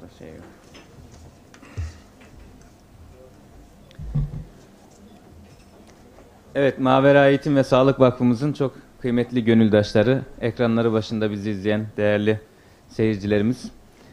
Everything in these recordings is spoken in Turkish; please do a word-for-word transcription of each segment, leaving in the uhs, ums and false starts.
da şey yok. Evet, Mavera Eğitim ve Sağlık Vakfımızın çok kıymetli gönüldaşları, ekranları başında bizi izleyen değerli seyircilerimiz.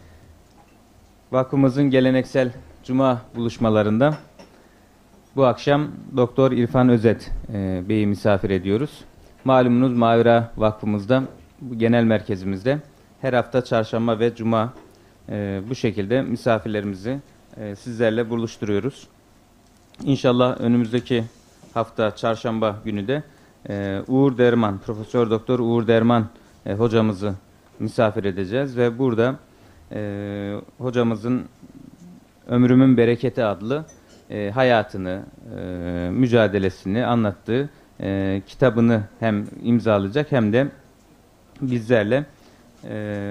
Vakfımızın geleneksel Cuma buluşmalarında bu akşam Doktor İrfan Özet e, Bey'i misafir ediyoruz. Malumunuz Mavera Vakfımızda, bu genel merkezimizde her hafta çarşamba ve cuma e, bu şekilde misafirlerimizi e, sizlerle buluşturuyoruz. İnşallah önümüzdeki hafta çarşamba günü de e, Uğur Derman, Profesör Doktor Uğur Derman e, hocamızı misafir edeceğiz ve burada e, hocamızın Ömrümün Bereketi adlı e, hayatını, e, mücadelesini anlattığı e, kitabını hem imzalayacak hem de bizlerle e,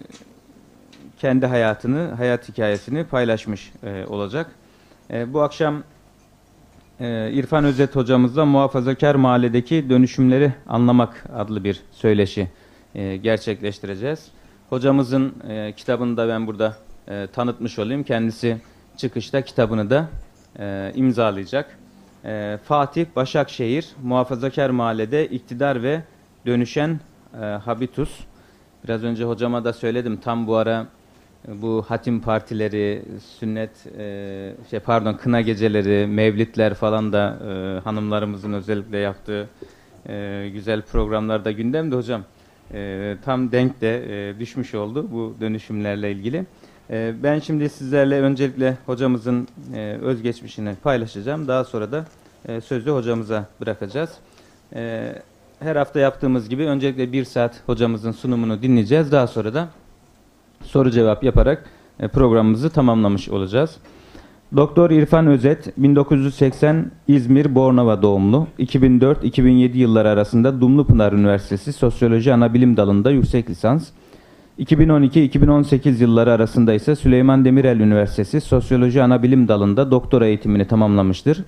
kendi hayatını, hayat hikayesini paylaşmış e, olacak. E, bu akşam e, İrfan Özet hocamızla Muhafazakar Mahalledeki Dönüşümleri Anlamak adlı bir söyleşi e, gerçekleştireceğiz. Hocamızın e, kitabını da ben burada e, tanıtmış olayım. Kendisi çıkışta kitabını da e, imzalayacak. E, Fatih Başakşehir, Muhafazakar Mahallede İktidar ve Dönüşen e, Habitus. Biraz önce hocama da söyledim. Tam bu ara e, bu hatim partileri, sünnet, e, şey pardon, kına geceleri, mevlitler falan da e, hanımlarımızın özellikle yaptığı e, güzel programlarda gündemde hocam. E, tam denk de e, düşmüş oldu bu dönüşümlerle ilgili. E, ben şimdi sizlerle öncelikle hocamızın e, özgeçmişini paylaşacağım. Daha sonra da e, sözü hocamıza bırakacağız. E, her hafta yaptığımız gibi öncelikle bir saat hocamızın sunumunu dinleyeceğiz. Daha sonra da soru cevap yaparak e, programımızı tamamlamış olacağız. Doktor İrfan Özet, bin dokuz yüz seksen İzmir Bornova doğumlu. iki bin dört iki bin yedi yılları arasında Dumlupınar Üniversitesi Sosyoloji Anabilim Dalı'nda yüksek lisans. iki bin on iki iki bin on sekiz yılları arasında ise Süleyman Demirel Üniversitesi Sosyoloji Anabilim Dalı'nda doktora eğitimini tamamlamıştır.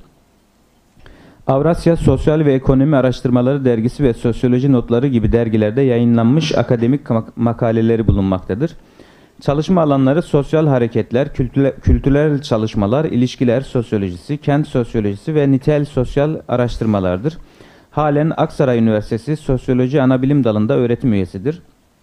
Avrasya Sosyal ve Ekonomi Araştırmaları Dergisi ve Sosyoloji Notları gibi dergilerde yayınlanmış akademik makaleleri bulunmaktadır. Çalışma alanları sosyal hareketler, kültürel çalışmalar, ilişkiler sosyolojisi, kent sosyolojisi ve nitel sosyal araştırmalardır. Halen Aksaray Üniversitesi Sosyoloji Anabilim Dalı'nda öğretim üyesidir.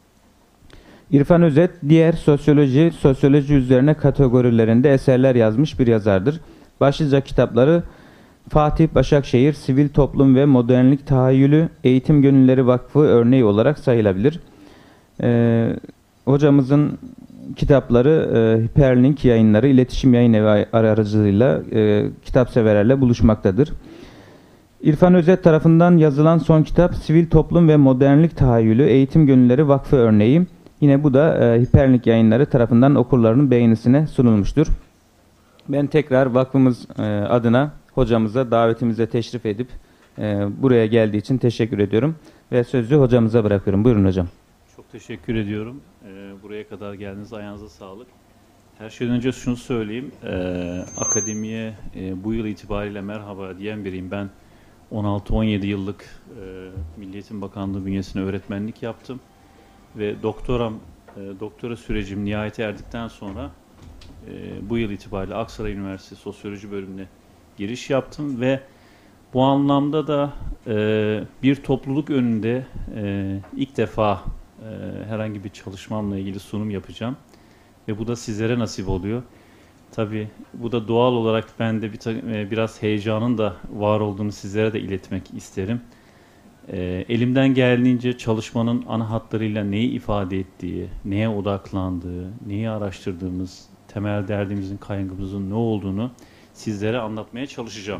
İrfan Özet, diğer sosyoloji, sosyoloji üzerine kategorilerinde eserler yazmış bir yazardır. Başlıca kitapları Fatih Başakşehir, Sivil Toplum ve Modernlik Tahayyülü, Eğitim Gönülleri Vakfı örneği olarak sayılabilir. Ee, hocamızın kitapları e, Hiperlink Yayınları, iletişim yayın evi aracılığıyla e, kitapseverlerle buluşmaktadır. İrfan Özet tarafından yazılan son kitap Sivil Toplum ve Modernlik Tahayyülü, Eğitim Gönülleri Vakfı örneği. Yine bu da e, Hiperlink Yayınları tarafından okurlarının beğenisine sunulmuştur. Ben tekrar vakfımız e, adına hocamıza davetimize teşrif edip e, buraya geldiği için teşekkür ediyorum. Ve sözü hocamıza bırakıyorum. Buyurun hocam. Çok teşekkür ediyorum. E, buraya kadar geldiniz. Ayağınıza sağlık. Her şeyden önce şunu söyleyeyim. E, akademiye e, bu yıl itibariyle merhaba diyen biriyim. Ben on altı on yedi yıllık e, Milli Eğitim Bakanlığı bünyesinde öğretmenlik yaptım. Ve doktoram, e, doktora sürecim nihayete erdikten sonra e, bu yıl itibariyle Aksaray Üniversitesi Sosyoloji bölümüne giriş yaptım ve bu anlamda da e, bir topluluk önünde e, ilk defa e, herhangi bir çalışmamla ilgili sunum yapacağım ve bu da sizlere nasip oluyor. Tabii bu da doğal olarak ben de bir, e, biraz heyecanın da var olduğunu sizlere de iletmek isterim. E, elimden geldiğince çalışmanın ana hatlarıyla neyi ifade ettiği, neye odaklandığı, neyi araştırdığımız, temel derdimizin, kaygımızın ne olduğunu sizlere anlatmaya çalışacağım.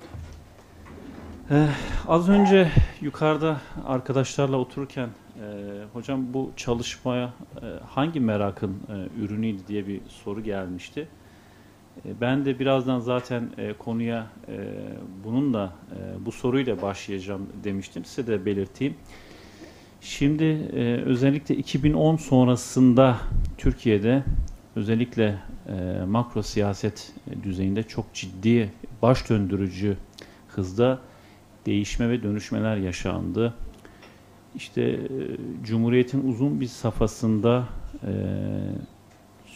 Ee, az önce yukarıda arkadaşlarla otururken e, hocam bu çalışmaya e, hangi merakın e, ürünüydü diye bir soru gelmişti. E, ben de birazdan zaten e, konuya e, bununla e, bu soruyla başlayacağım demiştim. Size de belirteyim. Şimdi e, özellikle iki bin on sonrasında Türkiye'de özellikle e, makro siyaset düzeyinde çok ciddi baş döndürücü hızda değişme ve dönüşmeler yaşandı. İşte e, Cumhuriyet'in uzun bir safhasında e,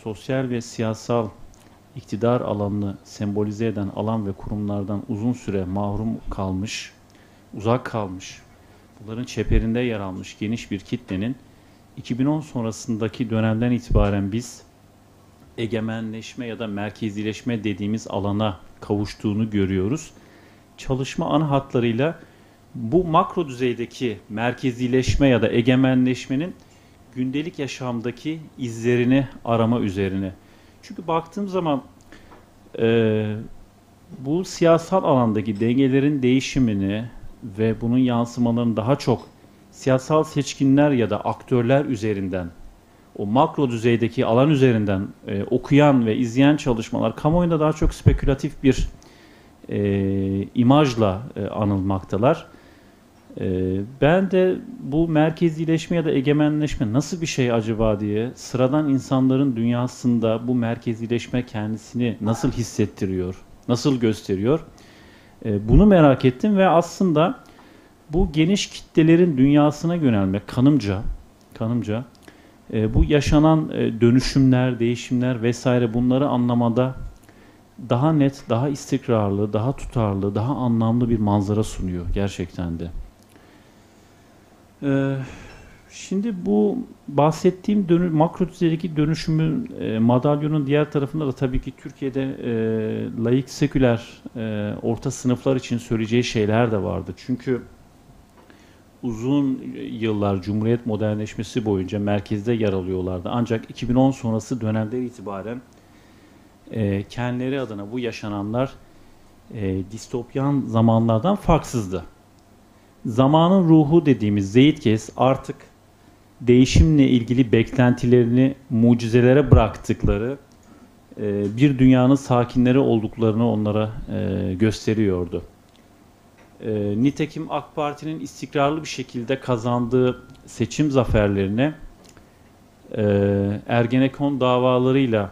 sosyal ve siyasal iktidar alanını sembolize eden alan ve kurumlardan uzun süre mahrum kalmış, uzak kalmış, bunların çeperinde yer almış geniş bir kitlenin iki bin on sonrasındaki dönemden itibaren biz egemenleşme ya da merkezileşme dediğimiz alana kavuştuğunu görüyoruz. Çalışma ana hatlarıyla bu makro düzeydeki merkezileşme ya da egemenleşmenin gündelik yaşamdaki izlerini arama üzerine. Çünkü baktığım zaman e, bu siyasal alandaki dengelerin değişimini ve bunun yansımalarını daha çok siyasal seçkinler ya da aktörler üzerinden, o makro düzeydeki alan üzerinden e, okuyan ve izleyen çalışmalar kamuoyunda daha çok spekülatif bir e, imajla e, anılmaktalar. E, ben de bu merkezileşme ya da egemenleşme nasıl bir şey acaba diye sıradan insanların dünyasında bu merkezileşme kendisini nasıl hissettiriyor, nasıl gösteriyor? E, bunu merak ettim ve aslında bu geniş kitlelerin dünyasına yönelmek kanımca, kanımca e, bu yaşanan e, dönüşümler, değişimler vesaire bunları anlamada daha net, daha istikrarlı, daha tutarlı, daha anlamlı bir manzara sunuyor gerçekten de. E, şimdi bu bahsettiğim dönü, makro düzeydeki dönüşümün e, madalyonun diğer tarafında da tabii ki Türkiye'de e, laik, seküler, e, orta sınıflar için söyleyeceği şeyler de vardı. Çünkü uzun yıllar Cumhuriyet modernleşmesi boyunca merkezde yer alıyorlardı. Ancak iki bin on sonrası dönemler itibaren e, kendileri adına bu yaşananlar e, distopyan zamanlardan farksızdı. Zamanın ruhu dediğimiz Zeitgeist artık değişimle ilgili beklentilerini mucizelere bıraktıkları e, bir dünyanın sakinleri olduklarını onlara e, gösteriyordu. E, nitekim AK Parti'nin istikrarlı bir şekilde kazandığı seçim zaferlerine e, Ergenekon davalarıyla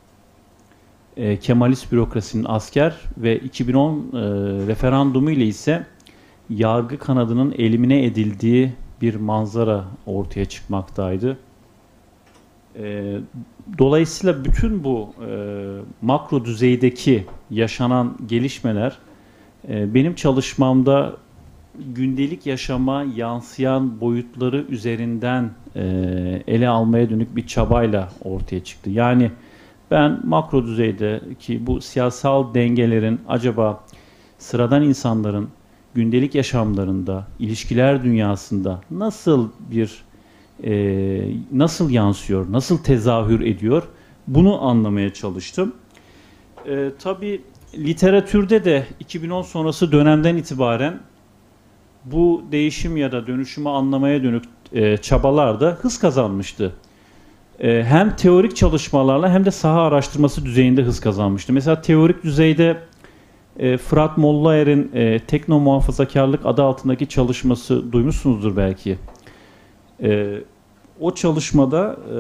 e, Kemalist bürokrasinin asker ve iki bin on e, referandumu ile ise yargı kanadının elimine edildiği bir manzara ortaya çıkmaktaydı. E, dolayısıyla bütün bu e, makro düzeydeki yaşanan gelişmeler e, benim çalışmamda gündelik yaşama yansıyan boyutları üzerinden e, ele almaya dönük bir çabayla ortaya çıktı. Yani ben makro düzeydeki bu siyasal dengelerin acaba sıradan insanların gündelik yaşamlarında, ilişkiler dünyasında nasıl bir e, nasıl yansıyor, nasıl tezahür ediyor bunu anlamaya çalıştım. E, tabii literatürde de iki bin on sonrası dönemden itibaren bu değişim ya da dönüşümü anlamaya dönük e, çabalar da hız kazanmıştı. E, hem teorik çalışmalarla hem de saha araştırması düzeyinde hız kazanmıştı. Mesela teorik düzeyde e, Fırat Mollaer'in e, tekno muhafazakarlık adı altındaki çalışması duymuşsunuzdur belki. E, o çalışmada e,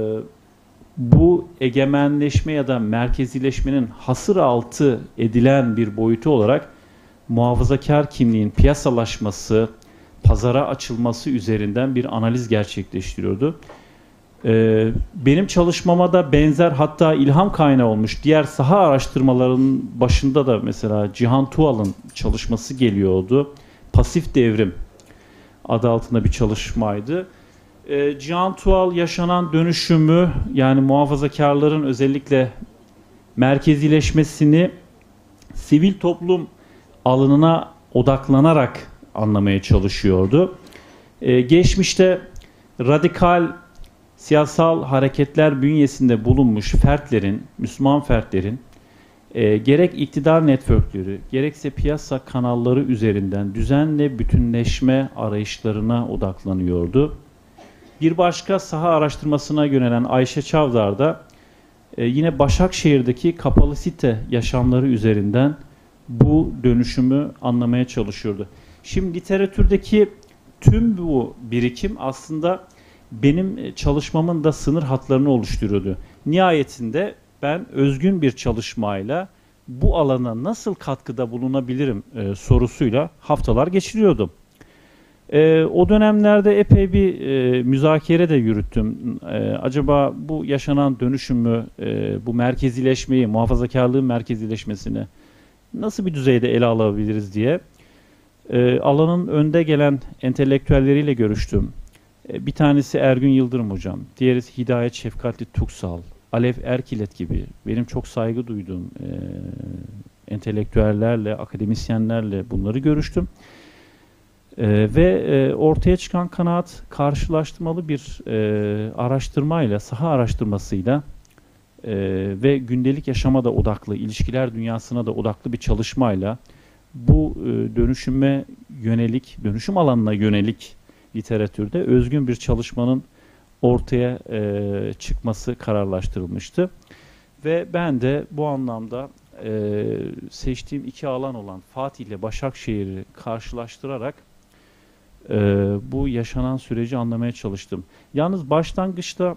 bu egemenleşme ya da merkezileşmenin hasır altı edilen bir boyutu olarak muhafazakar kimliğin piyasalaşması, pazara açılması üzerinden bir analiz gerçekleştiriyordu. Ee, benim çalışmama da benzer, hatta ilham kaynağı olmuş diğer saha araştırmalarının başında da mesela Cihan Tuğal'ın çalışması geliyordu. Pasif devrim adı altında bir çalışmaydı. Ee, Cihan Tuğal yaşanan dönüşümü, yani muhafazakarların özellikle merkezileşmesini sivil toplum alanına odaklanarak anlamaya çalışıyordu. Ee, geçmişte radikal siyasal hareketler bünyesinde bulunmuş fertlerin, Müslüman fertlerin e, gerek iktidar networkleri, gerekse piyasa kanalları üzerinden düzenle bütünleşme arayışlarına odaklanıyordu. Bir başka saha araştırmasına yönelen Ayşe Çavdar da e, yine Başakşehir'deki kapalı site yaşamları üzerinden bu dönüşümü anlamaya çalışıyordu. Şimdi literatürdeki tüm bu birikim aslında benim çalışmamın da sınır hatlarını oluşturuyordu. Nihayetinde ben özgün bir çalışmayla bu alana nasıl katkıda bulunabilirim e, sorusuyla haftalar geçiriyordum. E, o dönemlerde epey bir e, müzakere de yürüttüm. E, acaba bu yaşanan dönüşümü, e, bu merkezileşmeyi, muhafazakarlığın merkezileşmesini nasıl bir düzeyde ele alabiliriz diye. E, alanın önde gelen entelektüelleriyle görüştüm. E, bir tanesi Ergün Yıldırım hocam, diğeri Hidayet Şefkatli Tuksal, Alev Erkilet gibi benim çok saygı duyduğum e, entelektüellerle, akademisyenlerle bunları görüştüm. Ee, ve e, ortaya çıkan kanaat karşılaştırmalı bir e, araştırmayla, saha araştırmasıyla e, ve gündelik yaşama da odaklı, ilişkiler dünyasına da odaklı bir çalışmayla bu e, dönüşüme yönelik, dönüşüm alanına yönelik literatürde özgün bir çalışmanın ortaya e, çıkması kararlaştırılmıştı. Ve ben de bu anlamda e, seçtiğim iki alan olan Fatih ile Başakşehir'i karşılaştırarak e, bu yaşanan süreci anlamaya çalıştım. Yalnız başlangıçta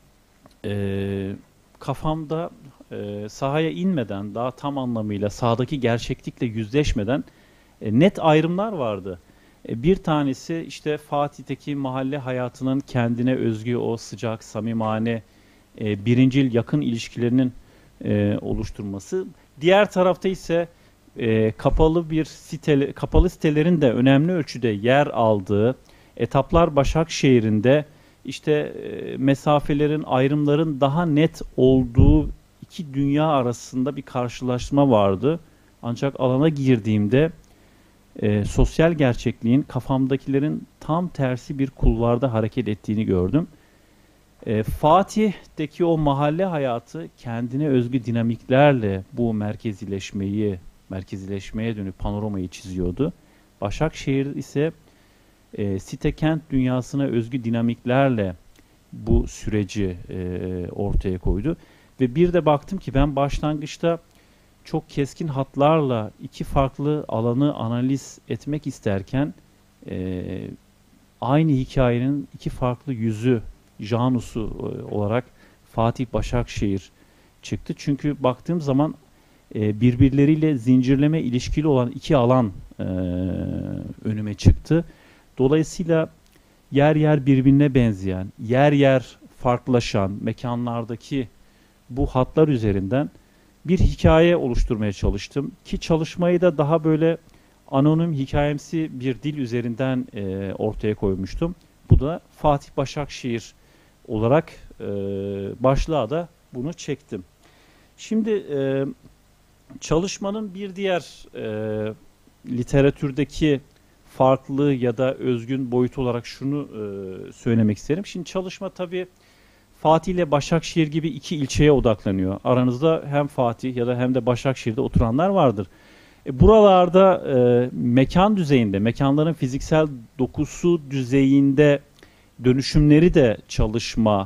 e, kafamda e, sahaya inmeden, daha tam anlamıyla sahadaki gerçeklikle yüzleşmeden e, net ayrımlar vardı. E, bir tanesi işte Fatih'teki mahalle hayatının kendine özgü o sıcak, samimane, e, birincil yakın ilişkilerinin e, oluşturması. Diğer tarafta ise e, kapalı bir site, kapalı sitelerin de önemli ölçüde yer aldığı, etaplar Başakşehir'inde işte e, mesafelerin, ayrımların daha net olduğu iki dünya arasında bir karşılaşma vardı. Ancak alana girdiğimde e, sosyal gerçekliğin kafamdakilerin tam tersi bir kulvarda hareket ettiğini gördüm. E, Fatih'teki o mahalle hayatı kendine özgü dinamiklerle bu merkezileşmeyi, merkezileşmeye dönük panoramayı çiziyordu. Başakşehir ise e, site kent dünyasına özgü dinamiklerle bu süreci e, ortaya koydu. Ve bir de baktım ki ben başlangıçta çok keskin hatlarla iki farklı alanı analiz etmek isterken e, aynı hikayenin iki farklı yüzü, janusu olarak Fatih Başakşehir çıktı. Çünkü baktığım zaman e, birbirleriyle zincirleme ilişkili olan iki alan e, önüme çıktı. Dolayısıyla yer yer birbirine benzeyen, yer yer farklılaşan mekanlardaki bu hatlar üzerinden bir hikaye oluşturmaya çalıştım. Ki çalışmayı da daha böyle anonim, hikayemsi bir dil üzerinden e, ortaya koymuştum. Bu da Fatih Başakşehir olarak e, başlığa da bunu çektim. Şimdi e, çalışmanın bir diğer e, literatürdeki farklı ya da özgün boyutu olarak şunu e, söylemek isterim. Şimdi çalışma tabii Fatih ile Başakşehir gibi iki ilçeye odaklanıyor. Aranızda hem Fatih ya da hem de Başakşehir'de oturanlar vardır. E, buralarda e, mekan düzeyinde, mekanların fiziksel dokusu düzeyinde dönüşümleri de çalışma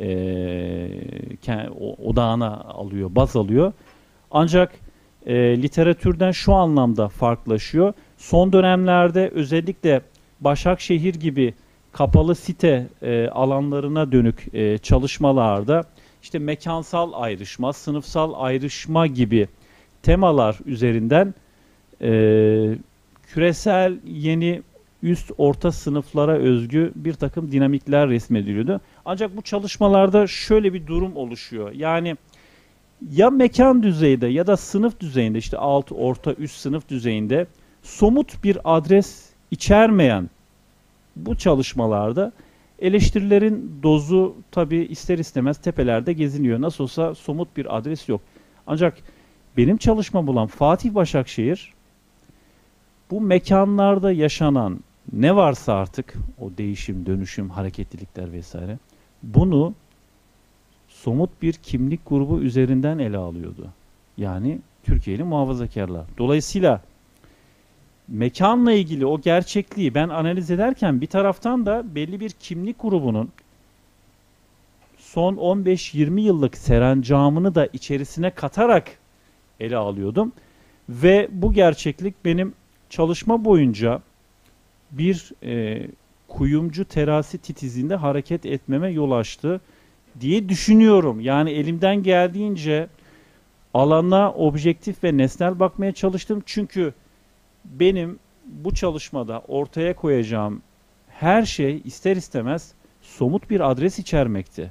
e, odağına alıyor, baz alıyor. Ancak e, literatürden şu anlamda farklılaşıyor. Son dönemlerde özellikle Başakşehir gibi kapalı site e, alanlarına dönük e, çalışmalarda işte mekansal ayrışma, sınıfsal ayrışma gibi temalar üzerinden e, küresel yeni üst orta sınıflara özgü bir takım dinamikler resmediliyordu. Ancak bu çalışmalarda şöyle bir durum oluşuyor. Yani ya mekan düzeyde ya da sınıf düzeyinde, işte alt, orta, üst sınıf düzeyinde somut bir adres içermeyen bu çalışmalarda eleştirilerin dozu tabii ister istemez tepelerde geziniyor. Nasıl olsa somut bir adres yok. Ancak benim çalışmam olan Fatih Başakşehir bu mekanlarda yaşanan ne varsa artık o değişim, dönüşüm, hareketlilikler vesaire bunu somut bir kimlik grubu üzerinden ele alıyordu. Yani Türkiye'li muhafazakarlar. Dolayısıyla mekanla ilgili o gerçekliği ben analiz ederken bir taraftan da belli bir kimlik grubunun son on beş yirmi yıllık serencamını da içerisine katarak ele alıyordum. Ve bu gerçeklik benim çalışma boyunca bir e, kuyumcu terasi titizinde hareket etmeme yol açtı diye düşünüyorum. Yani elimden geldiğince alana objektif ve nesnel bakmaya çalıştım. Çünkü benim bu çalışmada ortaya koyacağım her şey ister istemez somut bir adres içermekte.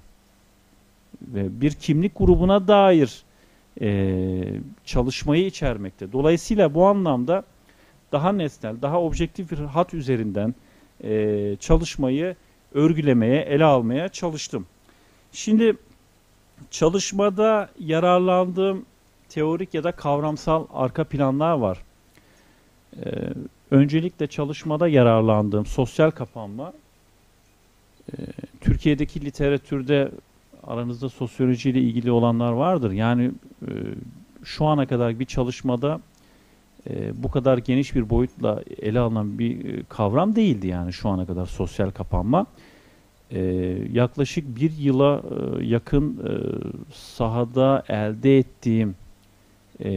Ve bir kimlik grubuna dair e, çalışmayı içermekte. Dolayısıyla bu anlamda daha nesnel, daha objektif bir hat üzerinden e, çalışmayı örgülemeye, ele almaya çalıştım. Şimdi çalışmada yararlandığım teorik ya da kavramsal arka planlar var. Ee, öncelikle çalışmada yararlandığım sosyal kapanma, e, Türkiye'deki literatürde aranızda sosyolojiyle ilgili olanlar vardır. Yani e, şu ana kadar bir çalışmada e, bu kadar geniş bir boyutla ele alınan bir e, kavram değildi yani şu ana kadar sosyal kapanma. Ee, yaklaşık bir yıla e, yakın e, sahada elde ettiğim e,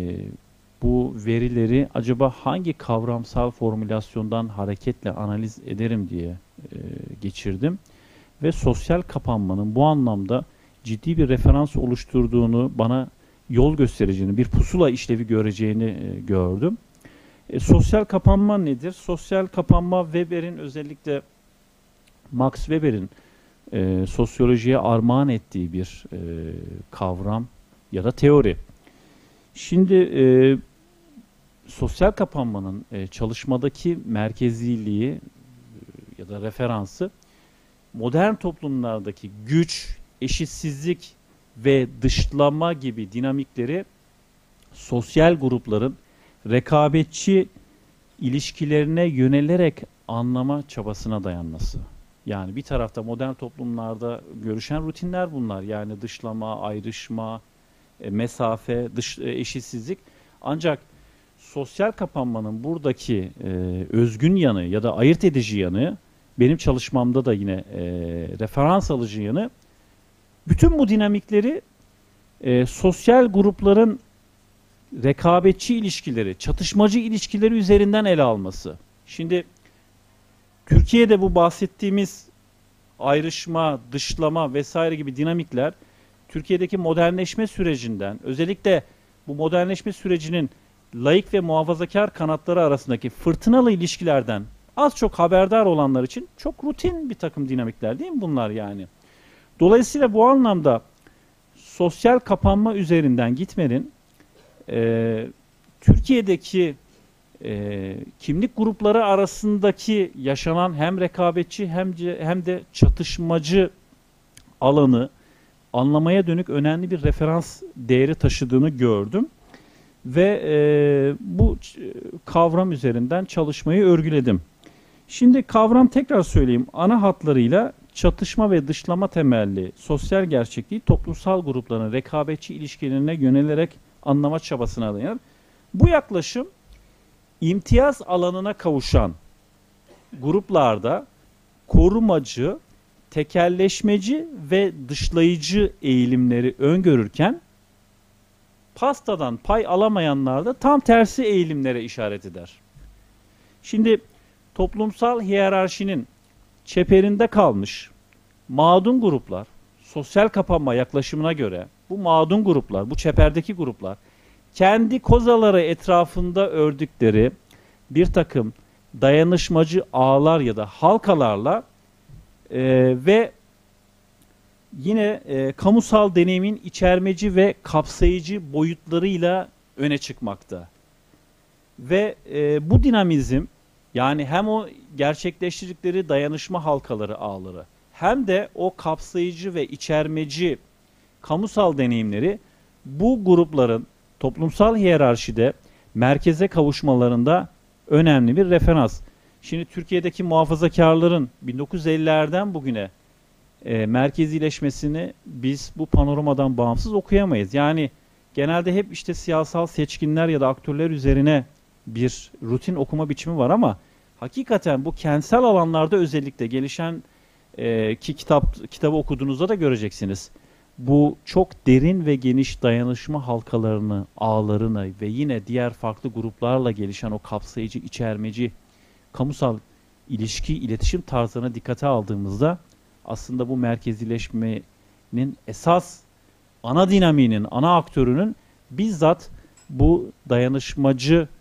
bu verileri acaba hangi kavramsal formülasyondan hareketle analiz ederim diye e, geçirdim. Ve sosyal kapanmanın bu anlamda ciddi bir referans oluşturduğunu, bana yol göstereceğini, bir pusula işlevi göreceğini e, gördüm. E, sosyal kapanma nedir? Sosyal kapanma Weber'in özellikle Max Weber'in e, sosyolojiye armağan ettiği bir e, kavram ya da teori. Şimdi e, sosyal kapanmanın e, çalışmadaki merkeziliği e, ya da referansı modern toplumlardaki güç, eşitsizlik ve dışlama gibi dinamikleri sosyal grupların rekabetçi ilişkilerine yönelerek anlama çabasına dayanması. Yani bir tarafta modern toplumlarda görüşen rutinler bunlar. Yani dışlama, ayrışma, e, mesafe, dış, e, eşitsizlik. Ancak sosyal kapanmanın buradaki e, özgün yanı ya da ayırt edici yanı, benim çalışmamda da yine e, referans alıcı yanı, bütün bu dinamikleri e, sosyal grupların rekabetçi ilişkileri, çatışmacı ilişkileri üzerinden ele alması. Şimdi Türkiye'de bu bahsettiğimiz ayrışma, dışlama vesaire gibi dinamikler Türkiye'deki modernleşme sürecinden, özellikle bu modernleşme sürecinin laik ve muhafazakar kanatları arasındaki fırtınalı ilişkilerden az çok haberdar olanlar için çok rutin bir takım dinamikler değil mi bunlar yani? Dolayısıyla bu anlamda sosyal kapanma üzerinden gitmenin e, Türkiye'deki e, kimlik grupları arasındaki yaşanan hem rekabetçi hem de, hem de çatışmacı alanı anlamaya dönük önemli bir referans değeri taşıdığını gördüm. Ve e, bu kavram üzerinden çalışmayı örgüledim. Şimdi kavram, tekrar söyleyeyim, ana hatlarıyla çatışma ve dışlama temelli sosyal gerçekliği toplumsal grupların rekabetçi ilişkilerine yönelerek anlama çabasına dayanır. Bu yaklaşım imtiyaz alanına kavuşan gruplarda korumacı, tekelleşmeci ve dışlayıcı eğilimleri öngörürken pastadan pay alamayanlar da tam tersi eğilimlere işaret eder. Şimdi toplumsal hiyerarşinin çeperinde kalmış mağdun gruplar, sosyal kapanma yaklaşımına göre bu mağdun gruplar, bu çeperdeki gruplar kendi kozaları etrafında ördükleri bir takım dayanışmacı ağlar ya da halkalarla e, ve yine e, kamusal deneyimin içermeci ve kapsayıcı boyutlarıyla öne çıkmakta. Ve e, bu dinamizm, yani hem o gerçekleştirdikleri dayanışma halkaları, ağları, hem de o kapsayıcı ve içermeci kamusal deneyimleri bu grupların toplumsal hiyerarşide merkeze kavuşmalarında önemli bir referans. Şimdi Türkiye'deki muhafazakarların bin dokuz yüz ellilerden bugüne e, merkezileşmesini biz bu panoramadan bağımsız okuyamayız. Yani genelde hep işte siyasal seçkinler ya da aktörler üzerine bir rutin okuma biçimi var ama hakikaten bu kentsel alanlarda özellikle gelişen e, ki kitap kitabı okuduğunuzda da göreceksiniz. Bu çok derin ve geniş dayanışma halkalarını, ağlarını ve yine diğer farklı gruplarla gelişen o kapsayıcı, içermeci, kamusal ilişki, iletişim tarzlarına dikkate aldığımızda aslında bu merkezileşmenin esas ana dinamiğinin, ana aktörünün bizzat bu dayanışmacı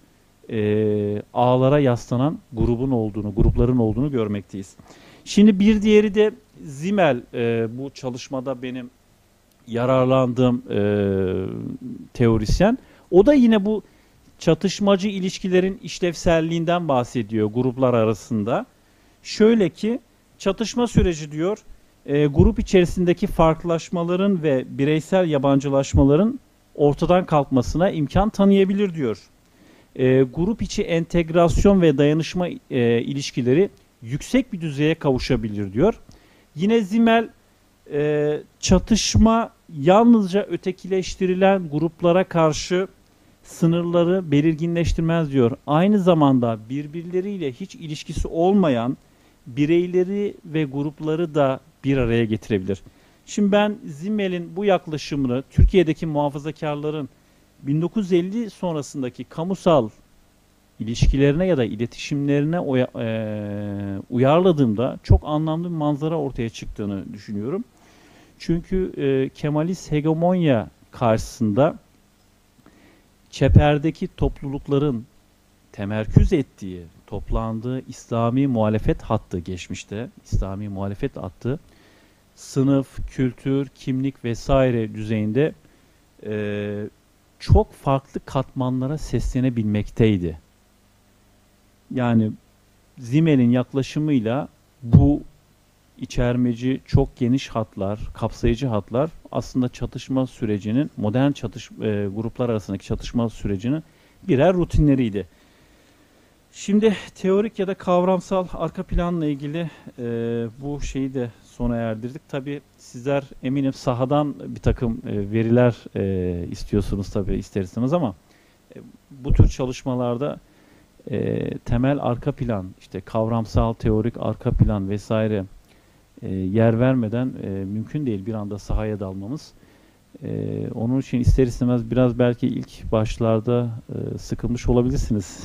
e, ağlara yaslanan grubun olduğunu, grupların olduğunu görmekteyiz. Şimdi bir diğeri de Zimmel, e, bu çalışmada benim yararlandığım e, teorisyen. O da yine bu çatışmacı ilişkilerin işlevselliğinden bahsediyor gruplar arasında. Şöyle ki, çatışma süreci diyor, e, grup içerisindeki farklılaşmaların ve bireysel yabancılaşmaların ortadan kalkmasına imkan tanıyabilir diyor. E, grup içi entegrasyon ve dayanışma e, ilişkileri yüksek bir düzeye kavuşabilir diyor. Yine Zimmel, e, çatışma yalnızca ötekileştirilen gruplara karşı sınırları belirginleştirmez diyor. Aynı zamanda birbirleriyle hiç ilişkisi olmayan bireyleri ve grupları da bir araya getirebilir. Şimdi ben Zimmel'in bu yaklaşımını Türkiye'deki muhafazakarların bin dokuz yüz elli sonrasındaki kamusal ilişkilerine ya da iletişimlerine uya, e, uyarladığımda çok anlamlı bir manzara ortaya çıktığını düşünüyorum. Çünkü e, Kemalist hegemonya karşısında çeperdeki toplulukların temerküz ettiği, toplandığı İslami muhalefet hattı geçmişte, İslami muhalefet hattı sınıf, kültür, kimlik vesaire düzeyinde e, çok farklı katmanlara seslenebilmekteydi. Yani Zimmel'in yaklaşımıyla bu içermeci, çok geniş hatlar, kapsayıcı hatlar aslında çatışma sürecinin, modern çatış e, gruplar arasındaki çatışma sürecinin birer rutinleriydi. Şimdi teorik ya da kavramsal arka planla ilgili e, bu şeyi de sona erdirdik. Tabii sizler eminim sahadan bir takım e, veriler e, istiyorsunuz tabii isterseniz ama e, bu tür çalışmalarda e, temel arka plan, işte kavramsal, teorik arka plan vesaire e, yer vermeden e, mümkün değil bir anda sahaya dalmamız. E, onun için ister istemez biraz belki ilk başlarda e, sıkılmış olabilirsiniz.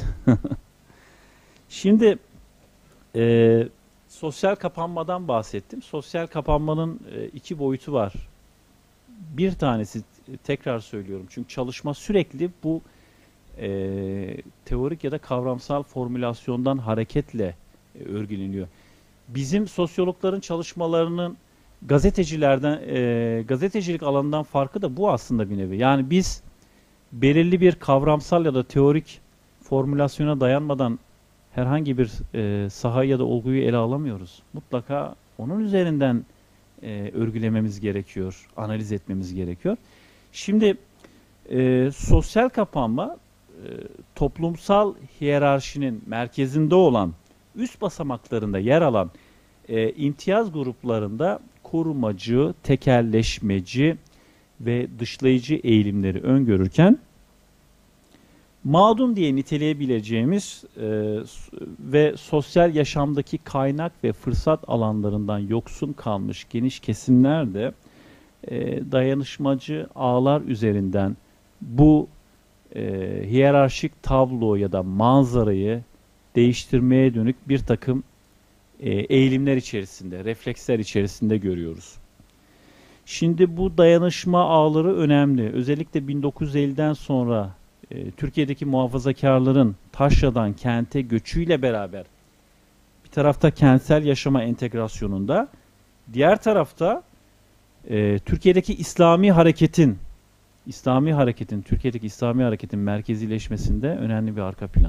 Şimdi e, sosyal kapanmadan bahsettim. Sosyal kapanmanın e, iki boyutu var. Bir tanesi, tekrar söylüyorum çünkü çalışma sürekli bu e, teorik ya da kavramsal formülasyondan hareketle e, örgüleniyor. Bizim sosyologların çalışmalarının gazetecilerden, e, gazetecilik alanından farkı da bu aslında bir nevi. Yani biz belirli bir kavramsal ya da teorik formülasyona dayanmadan herhangi bir e, sahayı ya da olguyu ele alamıyoruz. Mutlaka onun üzerinden e, örgülememiz gerekiyor, analiz etmemiz gerekiyor. Şimdi e, sosyal kapanma e, toplumsal hiyerarşinin merkezinde olan, üst basamaklarında yer alan e, imtiyaz gruplarında korumacı, tekelleşmeci ve dışlayıcı eğilimleri öngörürken, mağdum diye niteleyebileceğimiz e, ve sosyal yaşamdaki kaynak ve fırsat alanlarından yoksun kalmış geniş kesimler de e, dayanışmacı ağlar üzerinden bu e, hiyerarşik tablo ya da manzarayı değiştirmeye dönük bir takım e, eğilimler içerisinde, refleksler içerisinde görüyoruz. Şimdi bu dayanışma ağları önemli. Özellikle bin dokuz yüz elliden sonra e, Türkiye'deki muhafazakarların taşradan kente göçüyle beraber bir tarafta kentsel yaşama entegrasyonunda, diğer tarafta e, Türkiye'deki İslami hareketin İslami hareketin, Türkiye'deki İslami hareketin merkezileşmesinde önemli bir arka plan.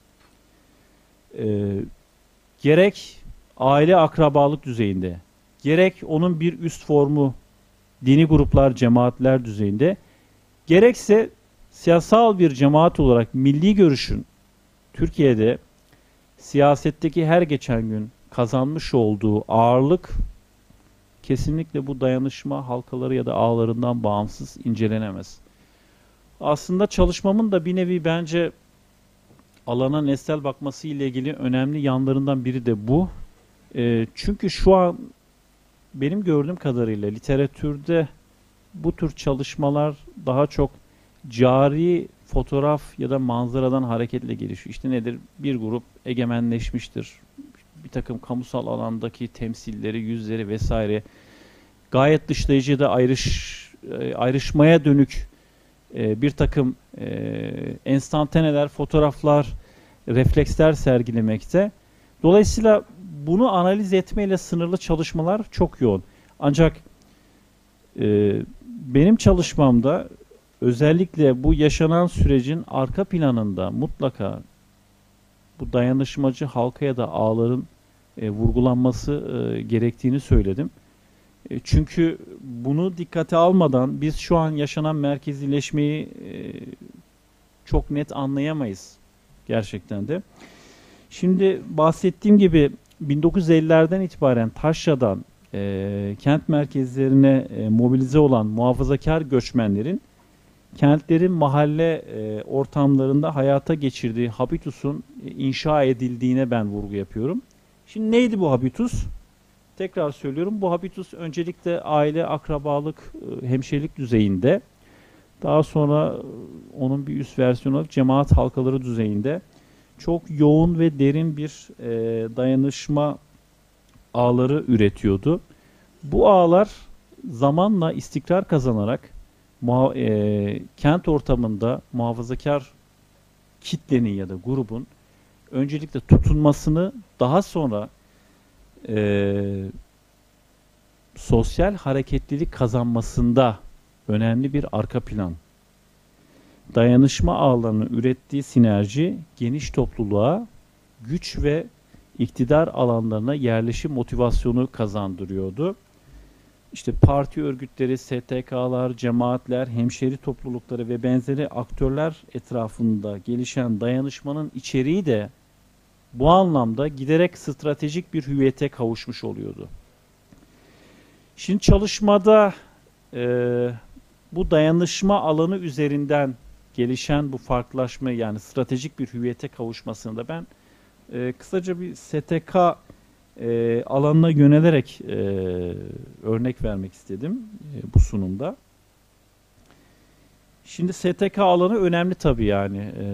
E, gerek aile akrabalık düzeyinde, gerek onun bir üst formu dini gruplar, cemaatler düzeyinde, gerekse siyasal bir cemaat olarak milli görüşün Türkiye'de siyasetteki her geçen gün kazanmış olduğu ağırlık kesinlikle bu dayanışma halkaları ya da ağlarından bağımsız incelenemez. Aslında çalışmamın da bir nevi bence alana nesnel bakması ile ilgili önemli yanlarından biri de bu. E, çünkü şu an benim gördüğüm kadarıyla literatürde bu tür çalışmalar daha çok cari fotoğraf ya da manzaradan hareketle gelişiyor. İşte nedir? Bir grup egemenleşmiştir. Bir takım kamusal alandaki temsilleri, yüzleri vesaire gayet dışlayıcı da ayrış, ayrışmaya dönük e, bir takım e, enstantaneler, fotoğraflar, refleksler sergilemekte. Dolayısıyla bunu analiz etmeyle sınırlı çalışmalar çok yoğun. Ancak e, benim çalışmamda özellikle bu yaşanan sürecin arka planında mutlaka bu dayanışmacı halka ya da ağların e, vurgulanması e, gerektiğini söyledim. E, çünkü bunu dikkate almadan biz şu an yaşanan merkezileşmeyi e, çok net anlayamayız gerçekten de. Şimdi bahsettiğim gibi bin dokuz yüz ellilerden itibaren Taşra'dan e, kent merkezlerine e, mobilize olan muhafazakar göçmenlerin kentlerin mahalle e, ortamlarında hayata geçirdiği habitusun e, inşa edildiğine ben vurgu yapıyorum. Şimdi neydi bu habitus? Tekrar söylüyorum, bu habitus öncelikle aile, akrabalık, e, hemşirelik düzeyinde, daha sonra e, onun bir üst versiyonu olarak cemaat halkaları düzeyinde çok yoğun ve derin bir e, dayanışma ağları üretiyordu. Bu ağlar zamanla istikrar kazanarak muha- e, kent ortamında muhafazakar kitlenin ya da grubun öncelikle tutunmasını, daha sonra e, sosyal hareketlilik kazanmasında önemli bir arka plan. Dayanışma ağlarının ürettiği sinerji geniş topluluğa güç ve iktidar alanlarına yerleşim motivasyonu kazandırıyordu. İşte parti örgütleri, S T K'lar, cemaatler, hemşeri toplulukları ve benzeri aktörler etrafında gelişen dayanışmanın içeriği de bu anlamda giderek stratejik bir hüviyete kavuşmuş oluyordu. Şimdi çalışmada e, bu dayanışma alanı üzerinden gelişen bu farklılaşma, yani stratejik bir hüviyete kavuşmasını da ben e, kısaca bir S T K e, alanına yönelerek e, örnek vermek istedim e, bu sunumda. Şimdi S T K alanı önemli tabii, yani e,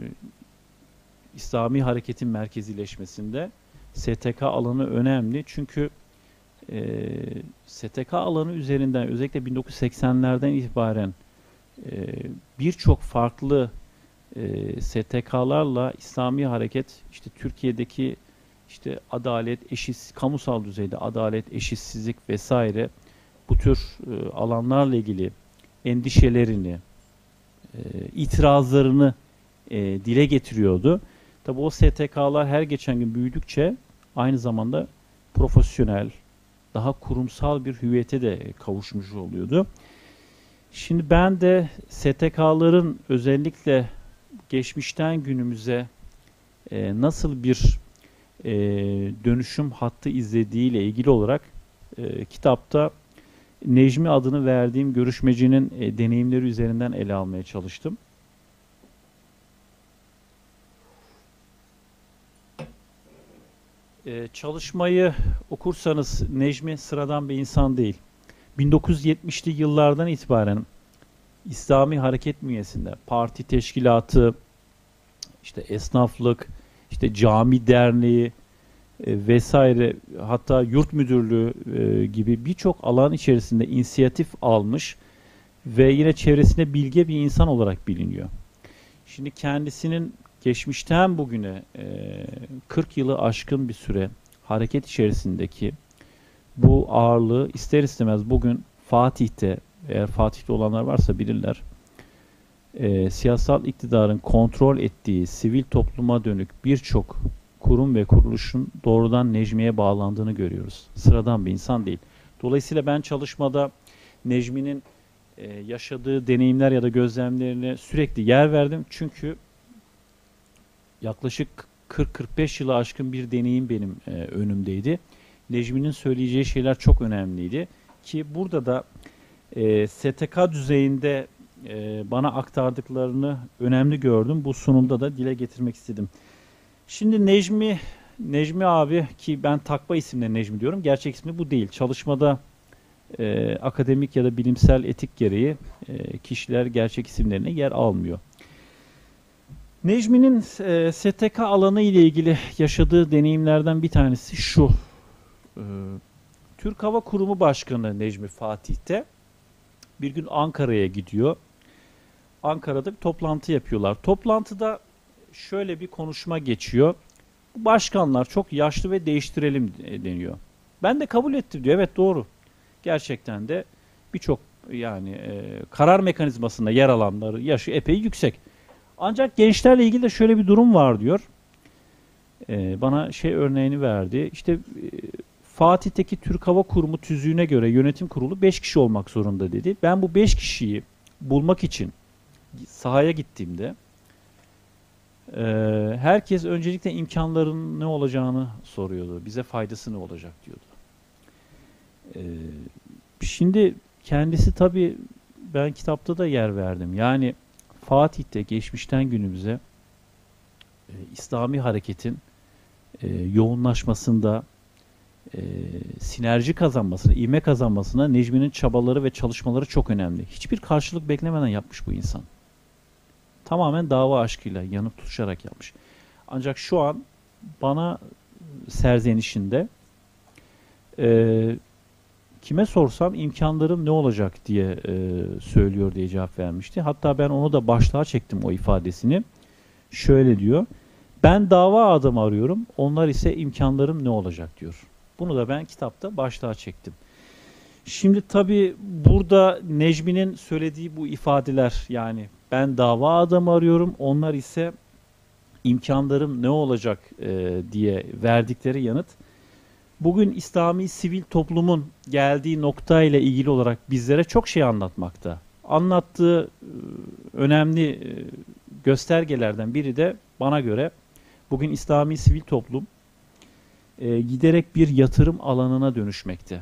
İslami hareketin merkezileşmesinde S T K alanı önemli çünkü e, S T K alanı üzerinden özellikle bin dokuz yüz seksenlerden itibaren e, birçok farklı e, S T K'larla İslami hareket, işte Türkiye'deki işte adalet, eşit, kamusal düzeyde adalet, eşitsizlik vesaire bu tür e, alanlarla ilgili endişelerini, e, itirazlarını e, dile getiriyordu. Tabi o S T K'lar her geçen gün büyüdükçe aynı zamanda profesyonel, daha kurumsal bir hüviyete de kavuşmuş oluyordu. Şimdi ben de S T K'ların özellikle geçmişten günümüze e, nasıl bir e, dönüşüm hattı izlediğiyle ilgili olarak e, kitapta Necmi adını verdiğim görüşmecinin e, deneyimleri üzerinden ele almaya çalıştım. E, çalışmayı okursanız Necmi sıradan bir insan değil. bin dokuz yüz yetmişli yıllardan itibaren İslami hareket bünyesinde parti teşkilatı, işte esnaflık, işte cami derneği e, vesaire, hatta yurt müdürlüğü e, gibi birçok alan içerisinde inisiyatif almış ve yine çevresinde bilge bir insan olarak biliniyor. Şimdi kendisinin geçmişten bugüne e, kırk yılı aşkın bir süre hareket içerisindeki bu ağırlığı ister istemez bugün Fatih'te, eğer Fatih'te olanlar varsa bilirler, e, siyasal iktidarın kontrol ettiği sivil topluma dönük birçok kurum ve kuruluşun doğrudan Necmi'ye bağlandığını görüyoruz. Sıradan bir insan değil. Dolayısıyla ben çalışmada Necmi'nin e, yaşadığı deneyimler ya da gözlemlerine sürekli yer verdim. Çünkü yaklaşık kırk kırk beş yılı aşkın bir deneyim benim e, önümdeydi. Necmi'nin söyleyeceği şeyler çok önemliydi. Ki burada da e, S T K düzeyinde e, bana aktardıklarını önemli gördüm. Bu sunumda da dile getirmek istedim. Şimdi Necmi, Necmi abi, ki ben takma isimle Necmi diyorum. Gerçek ismi bu değil. Çalışmada e, akademik ya da bilimsel etik gereği e, kişiler gerçek isimlerine yer almıyor. Necmi'nin e, S T K alanı ile ilgili yaşadığı deneyimlerden bir tanesi şu. E, Türk Hava Kurumu Başkanı Necmi Fatih'te bir gün Ankara'ya gidiyor. Ankara'da bir toplantı yapıyorlar. Toplantıda şöyle bir konuşma geçiyor. Başkanlar çok yaşlı ve değiştirelim deniyor. Ben de kabul ettim diyor. Evet, doğru. Gerçekten de birçok yani e, karar mekanizmasında yer alanları yaşı epey yüksek. Ancak gençlerle ilgili de şöyle bir durum var diyor. E, bana şey örneğini verdi. İşte e, Fatih'teki Türk Hava Kurumu tüzüğüne göre yönetim kurulu beş kişi olmak zorunda dedi. Ben bu beş kişiyi bulmak için sahaya gittiğimde e, herkes öncelikle imkanların ne olacağını soruyordu. Bize faydası ne olacak diyordu. E, şimdi kendisi tabii, ben kitapta da yer verdim. Yani Fatih'te geçmişten günümüze e, İslami hareketin e, yoğunlaşmasında, e, sinerji kazanmasına, ivme kazanmasına Necmi'nin çabaları ve çalışmaları çok önemli. Hiçbir karşılık beklemeden yapmış bu insan. Tamamen dava aşkıyla yanıp tutuşarak yapmış. Ancak şu an bana serzenişinde e, kime sorsam imkanlarım ne olacak diye e, söylüyor diye cevap vermişti. Hatta ben onu da başlığa çektim, o ifadesini. Şöyle diyor: ben dava adamı arıyorum, onlar ise imkanlarım ne olacak diyor. Bunu da ben kitapta başlığa çektim. Şimdi tabii burada Necmi'nin söylediği bu ifadeler, yani ben dava adamı arıyorum, onlar ise imkanlarım ne olacak e, diye verdikleri yanıt, bugün İslami sivil toplumun geldiği nokta ile ilgili olarak bizlere çok şey anlatmakta. Anlattığı e, önemli e, göstergelerden biri de bana göre bugün İslami sivil toplum e, giderek bir yatırım alanına dönüşmekte.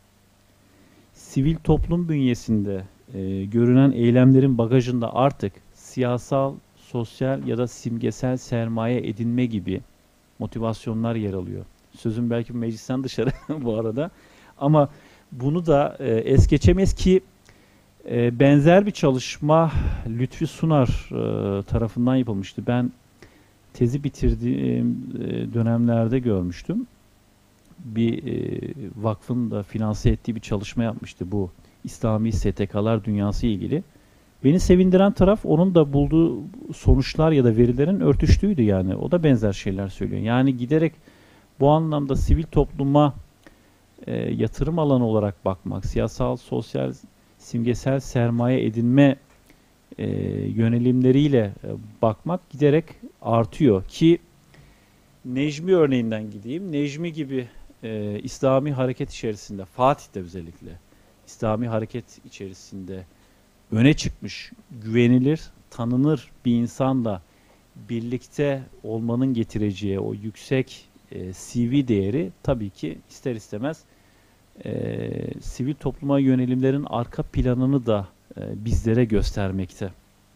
Sivil toplum bünyesinde e, görünen eylemlerin bagajında artık siyasal, sosyal ya da simgesel sermaye edinme gibi motivasyonlar yer alıyor. Sözüm belki meclisten dışarı bu arada. Ama bunu da e, es geçemez ki e, benzer bir çalışma Lütfi Sunar e, tarafından yapılmıştı. Ben tezi bitirdiğim e, dönemlerde görmüştüm. Bir e, vakfın da finanse ettiği bir çalışma yapmıştı bu İslami S T K'lar dünyası ile ilgili. Beni sevindiren taraf onun da bulduğu sonuçlar ya da verilerin örtüştüğüydü yani. O da benzer şeyler söylüyor. Yani giderek bu anlamda sivil topluma e, yatırım alanı olarak bakmak, siyasal, sosyal, simgesel sermaye edinme e, yönelimleriyle e, bakmak giderek artıyor. Ki Necmi örneğinden gideyim. Necmi gibi e, İslami hareket içerisinde, Fatih'te özellikle İslami hareket içerisinde öne çıkmış, güvenilir, tanınır bir insanla birlikte olmanın getireceği o yüksek e, C V değeri tabii ki ister istemez e, sivil topluma yönelimlerin arka planını da e, bizlere göstermekte.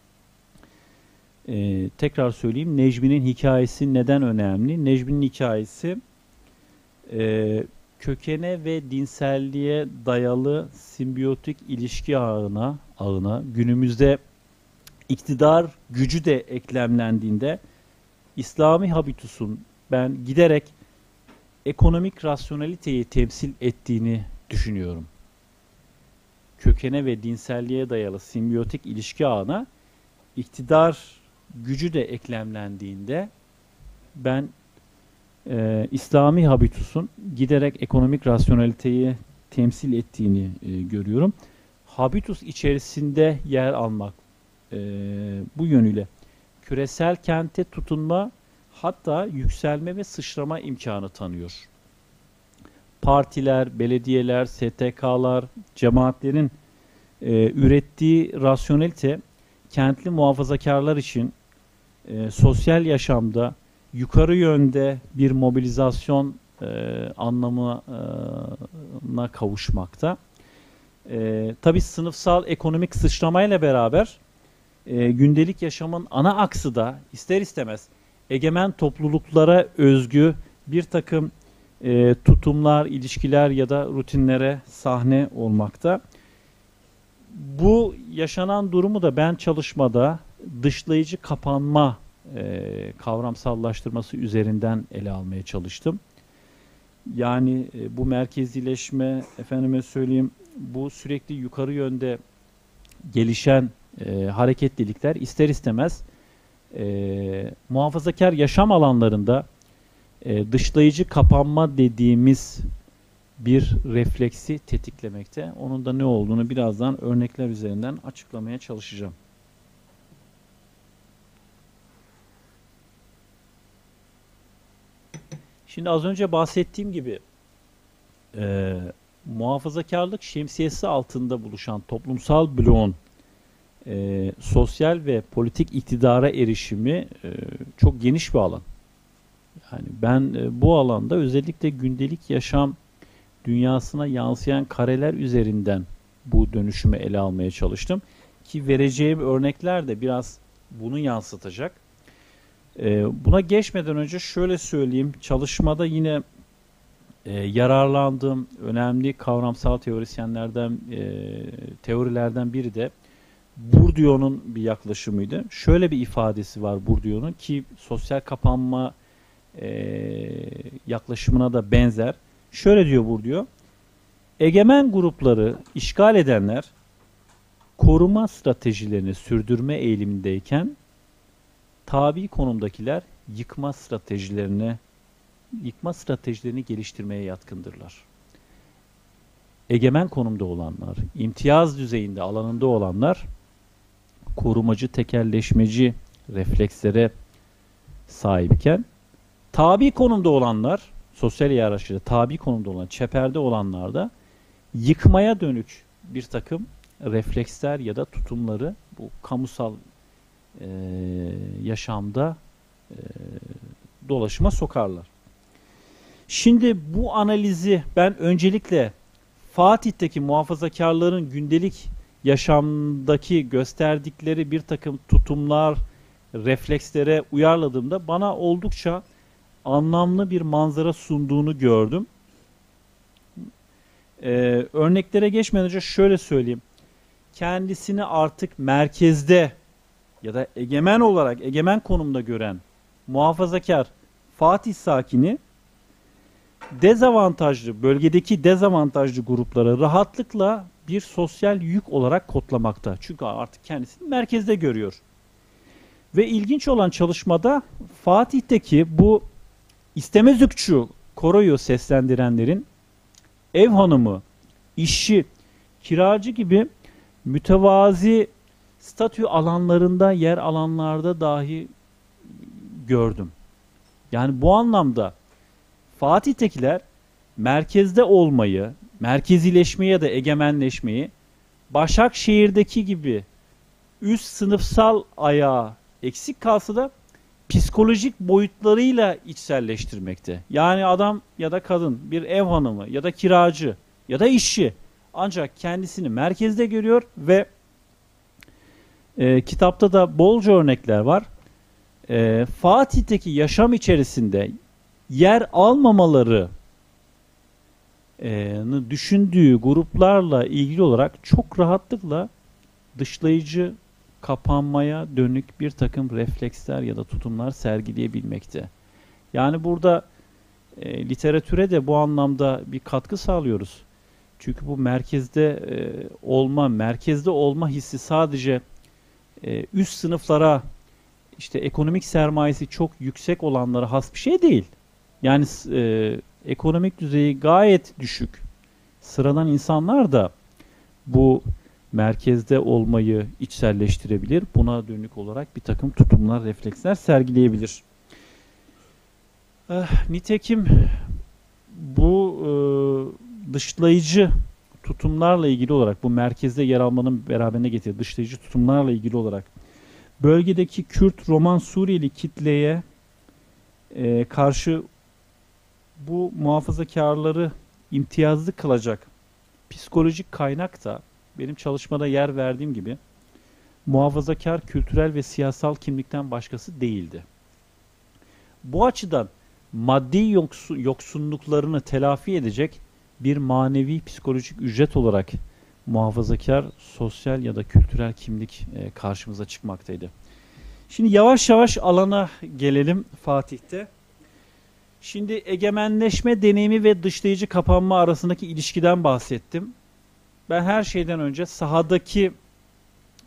E, tekrar söyleyeyim, Necmi'nin hikayesi neden önemli? Necmi'nin hikayesi e, kökene ve dinselliğe dayalı simbiyotik ilişki ağına, ağına günümüzde iktidar gücü de eklemlendiğinde İslami habitusun ben giderek ekonomik rasyoneliteyi temsil ettiğini düşünüyorum. Kökene ve dinselliğe dayalı simbiyotik ilişki ağına iktidar gücü de eklemlendiğinde ben e, İslami habitusun giderek ekonomik rasyoneliteyi temsil ettiğini e, görüyorum. Habitus içerisinde yer almak e, bu yönüyle küresel kente tutunma, hatta yükselme ve sıçrama imkanı tanıyor. Partiler, belediyeler, S T K'lar, cemaatlerin e, ürettiği rasyonelite kentli muhafazakarlar için e, sosyal yaşamda yukarı yönde bir mobilizasyon e, anlamına kavuşmakta. E, tabii sınıfsal ekonomik sıçramayla beraber e, gündelik yaşamın ana aksı da ister istemez egemen topluluklara özgü bir takım e, tutumlar, ilişkiler ya da rutinlere sahne olmakta. Bu yaşanan durumu da ben çalışmada dışlayıcı kapanma e, kavramsallaştırması üzerinden ele almaya çalıştım. Yani e, bu merkezileşme, efendime söyleyeyim, bu sürekli yukarı yönde gelişen e, hareketlilikler ister istemez e, muhafazakar yaşam alanlarında e, dışlayıcı kapanma dediğimiz bir refleksi tetiklemekte. Onun da ne olduğunu birazdan örnekler üzerinden açıklamaya çalışacağım. Şimdi az önce bahsettiğim gibi e, muhafazakarlık şemsiyesi altında buluşan toplumsal bloğun e, sosyal ve politik iktidara erişimi e, çok geniş bir alan. Yani ben e, bu alanda özellikle gündelik yaşam dünyasına yansıyan kareler üzerinden bu dönüşümü ele almaya çalıştım. Ki vereceğim örnekler de biraz bunu yansıtacak. E, buna geçmeden önce şöyle söyleyeyim. Çalışmada yine e, yararlandığım önemli kavramsal teorisyenlerden, e, teorilerden biri de Bourdieu'nun bir yaklaşımıydı. Şöyle bir ifadesi var Bourdieu'nun ki sosyal kapanma e, yaklaşımına da benzer. Şöyle diyor Bourdieu, egemen grupları işgal edenler koruma stratejilerini sürdürme eğilimindeyken tabi konumdakiler yıkma stratejilerini yıkma stratejilerini geliştirmeye yatkındırlar. Egemen konumda olanlar, imtiyaz düzeyinde alanında olanlar korumacı, tekelleşmeci reflekslere sahipken tabi konumda olanlar, sosyal hiyerarşide tabi konumda olan, çeperde olanlar da yıkmaya dönük bir takım refleksler ya da tutumları bu kamusal e, yaşamda e, dolaşıma sokarlar. Şimdi bu analizi ben öncelikle Fatih'teki muhafazakarların gündelik yaşamdaki gösterdikleri bir takım tutumlar, reflekslere uyarladığımda bana oldukça anlamlı bir manzara sunduğunu gördüm. Ee, örneklere geçmeden önce şöyle söyleyeyim. Kendisini artık merkezde ya da egemen olarak, egemen konumda gören muhafazakar Fatih sakini dezavantajlı, bölgedeki dezavantajlı gruplara rahatlıkla bir sosyal yük olarak kodlamakta. Çünkü artık kendisini merkezde görüyor. Ve ilginç olan çalışmada Fatih'teki bu istemezlikçu koroyu seslendirenlerin ev hanımı, işçi, kiracı gibi mütevazi statü alanlarında yer alanlarda dahi gördüm. Yani bu anlamda Fatih'tekiler merkezde olmayı, merkezileşmeyi ya da egemenleşmeyi Başakşehir'deki gibi üst sınıfsal ayağı eksik kalsa da psikolojik boyutlarıyla içselleştirmekte. Yani adam ya da kadın, bir ev hanımı ya da kiracı ya da işçi ancak kendisini merkezde görüyor ve e, kitapta da bolca örnekler var. E, Fatih'teki yaşam içerisinde yer almamaları e, düşündüğü gruplarla ilgili olarak çok rahatlıkla dışlayıcı kapanmaya dönük bir takım refleksler ya da tutumlar sergileyebilmekte. Yani burada e, literatüre de bu anlamda bir katkı sağlıyoruz. Çünkü bu merkezde e, olma, merkezde olma hissi sadece e, üst sınıflara, işte ekonomik sermayesi çok yüksek olanlara has bir şey değil. Yani e, ekonomik düzeyi gayet düşük sıradan insanlar da bu merkezde olmayı içselleştirebilir. Buna dönük olarak bir takım tutumlar, refleksler sergileyebilir. Eh, nitekim bu e, dışlayıcı tutumlarla ilgili olarak, bu merkezde yer almanın beraberine getirdiği dışlayıcı tutumlarla ilgili olarak bölgedeki Kürt, Roman, Suriyeli kitleye e, karşı bu muhafazakarları imtiyazlı kılacak psikolojik kaynak da benim çalışmada yer verdiğim gibi muhafazakar kültürel ve siyasal kimlikten başkası değildi. Bu açıdan maddi yoksu, yoksunluklarını telafi edecek bir manevi psikolojik ücret olarak muhafazakar sosyal ya da kültürel kimlik e, karşımıza çıkmaktaydı. Şimdi yavaş yavaş alana gelelim Fatih'te. Şimdi egemenleşme deneyimi ve dışlayıcı kapanma arasındaki ilişkiden bahsettim. Ben her şeyden önce sahadaki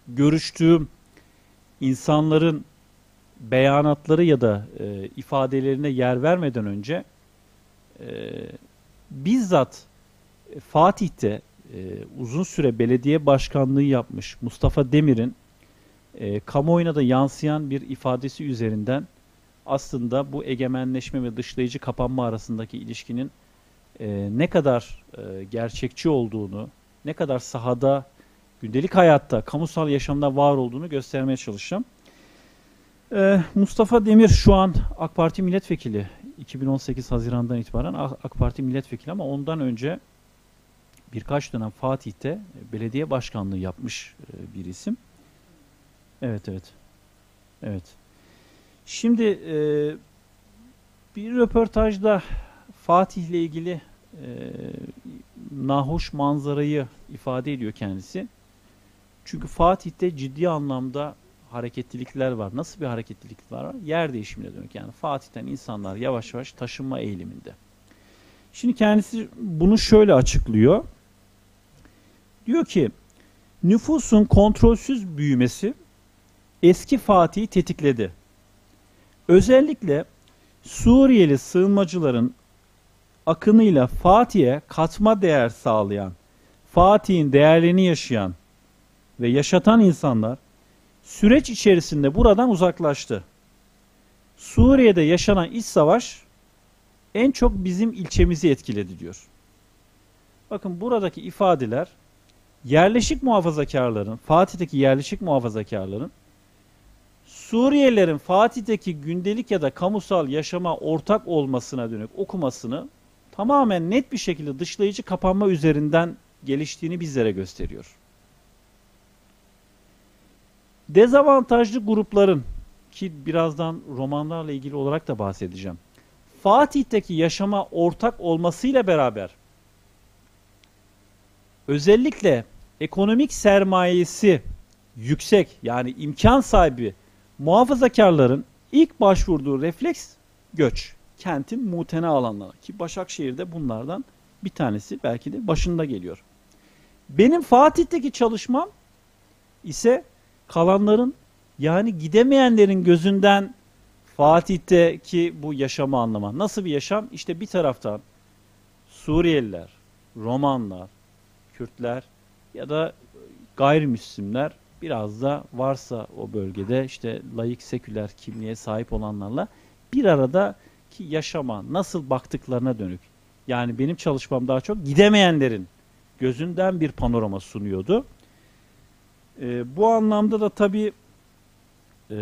görüştüğüm insanların beyanatları ya da e, ifadelerine yer vermeden önce e, bizzat Fatih'te e, uzun süre belediye başkanlığı yapmış Mustafa Demir'in e, kamuoyuna da yansıyan bir ifadesi üzerinden aslında bu egemenleşme ve dışlayıcı kapanma arasındaki ilişkinin e, ne kadar e, gerçekçi olduğunu, ne kadar sahada, gündelik hayatta, kamusal yaşamda var olduğunu göstermeye çalışacağım. E, Mustafa Demir şu an AK Parti milletvekili. iki bin on sekiz Haziran'dan itibaren AK Parti milletvekili ama ondan önce birkaç dönem Fatih'te belediye başkanlığı yapmış e, bir isim. Evet, evet. Evet. Şimdi e, bir röportajda Fatih'le ilgili e, nahoş manzarayı ifade ediyor kendisi. Çünkü Fatih'te ciddi anlamda hareketlilikler var. Nasıl bir hareketlilik var? Yer değişimine dönük. Yani Fatih'ten insanlar yavaş yavaş taşınma eğiliminde. Şimdi kendisi bunu şöyle açıklıyor. Diyor ki, nüfusun kontrolsüz büyümesi eski Fatih'i tetikledi. Özellikle Suriyeli sığınmacıların akınıyla Fatih'e katma değer sağlayan, Fatih'in değerlerini yaşayan ve yaşatan insanlar süreç içerisinde buradan uzaklaştı. Suriye'de yaşanan iç savaş en çok bizim ilçemizi etkiledi diyor. Bakın buradaki ifadeler yerleşik muhafazakarların, Fatih'teki yerleşik muhafazakarların Suriyelilerin Fatih'teki gündelik ya da kamusal yaşama ortak olmasına dönük okumasını tamamen net bir şekilde dışlayıcı kapanma üzerinden geliştiğini bizlere gösteriyor. Dezavantajlı grupların, ki birazdan romanlarla ilgili olarak da bahsedeceğim, Fatih'teki yaşama ortak olmasıyla beraber özellikle ekonomik sermayesi yüksek, yani imkan sahibi muhafazakarların ilk başvurduğu refleks göç. Kentin mutene alanlara, ki Başakşehir'de bunlardan bir tanesi belki de başında geliyor. Benim Fatih'teki çalışmam ise kalanların, yani gidemeyenlerin gözünden Fatih'teki bu yaşamı anlama. Nasıl bir yaşam? İşte bir taraftan Suriyeliler, Romanlar, Kürtler ya da gayrimüslimler, biraz da varsa o bölgede işte laik seküler kimliğe sahip olanlarla bir arada ki yaşama, nasıl baktıklarına dönük. Yani benim çalışmam daha çok gidemeyenlerin gözünden bir panorama sunuyordu. Ee, bu anlamda da tabii e,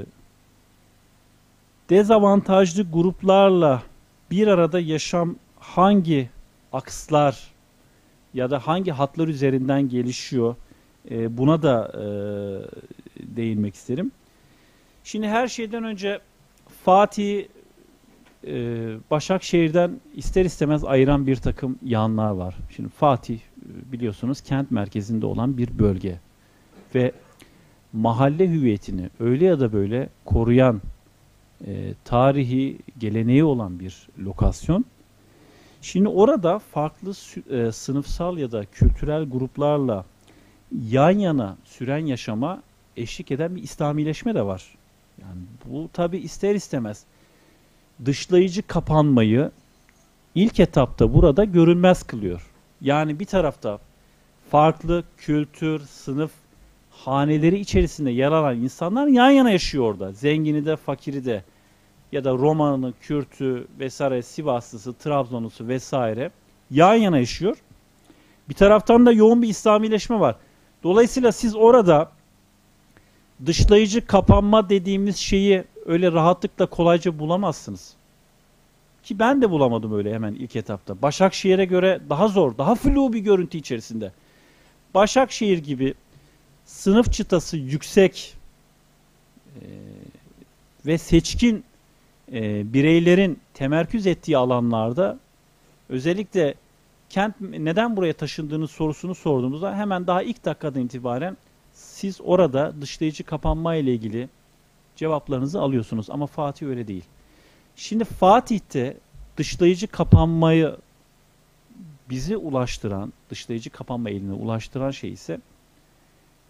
dezavantajlı gruplarla bir arada yaşam hangi akslar ya da hangi hatlar üzerinden gelişiyor, e, buna da e, değinmek isterim. Şimdi her şeyden önce Fatih e, Başakşehir'den ister istemez ayıran bir takım yanlar var. Şimdi Fatih biliyorsunuz kent merkezinde olan bir bölge ve mahalle hüviyetini öyle ya da böyle koruyan, e, tarihi geleneği olan bir lokasyon. Şimdi orada farklı e, sınıfsal ya da kültürel gruplarla yan yana süren yaşama eşlik eden bir İslamileşme de var. Yani bu tabi ister istemez dışlayıcı kapanmayı ilk etapta burada görünmez kılıyor. Yani bir tarafta farklı kültür, sınıf haneleri içerisinde yer alan insanlar yan yana yaşıyor orada. Zengini de, fakiri de ya da Romanı, Kürtü vesaire, Sivaslısı, Trabzonlusu vesaire yan yana yaşıyor. Bir taraftan da yoğun bir İslamileşme var. Dolayısıyla siz orada dışlayıcı kapanma dediğimiz şeyi öyle rahatlıkla kolayca bulamazsınız. Ki ben de bulamadım öyle hemen ilk etapta. Başakşehir'e göre daha zor, daha flu bir görüntü içerisinde. Başakşehir gibi sınıf çıtası yüksek e, ve seçkin e, bireylerin temerküz ettiği alanlarda özellikle kent neden buraya taşındığınız sorusunu sorduğumuzda hemen daha ilk dakikadan itibaren siz orada dışlayıcı kapanma ile ilgili cevaplarınızı alıyorsunuz. Ama Fatih öyle değil. Şimdi Fatih'te dışlayıcı kapanmayı bizi ulaştıran, dışlayıcı kapanma eğilimine ulaştıran şey ise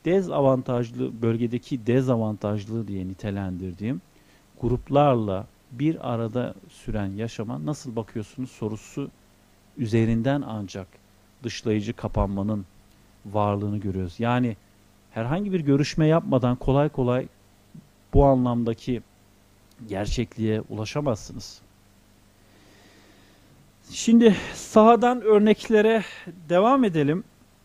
dezavantajlı, bölgedeki dezavantajlı diye nitelendirdiğim gruplarla bir arada süren yaşama nasıl bakıyorsunuz sorusu üzerinden ancak dışlayıcı kapanmanın varlığını görüyoruz. Yani herhangi bir görüşme yapmadan kolay kolay bu anlamdaki gerçekliğe ulaşamazsınız. Şimdi sahadan örneklere devam edelim.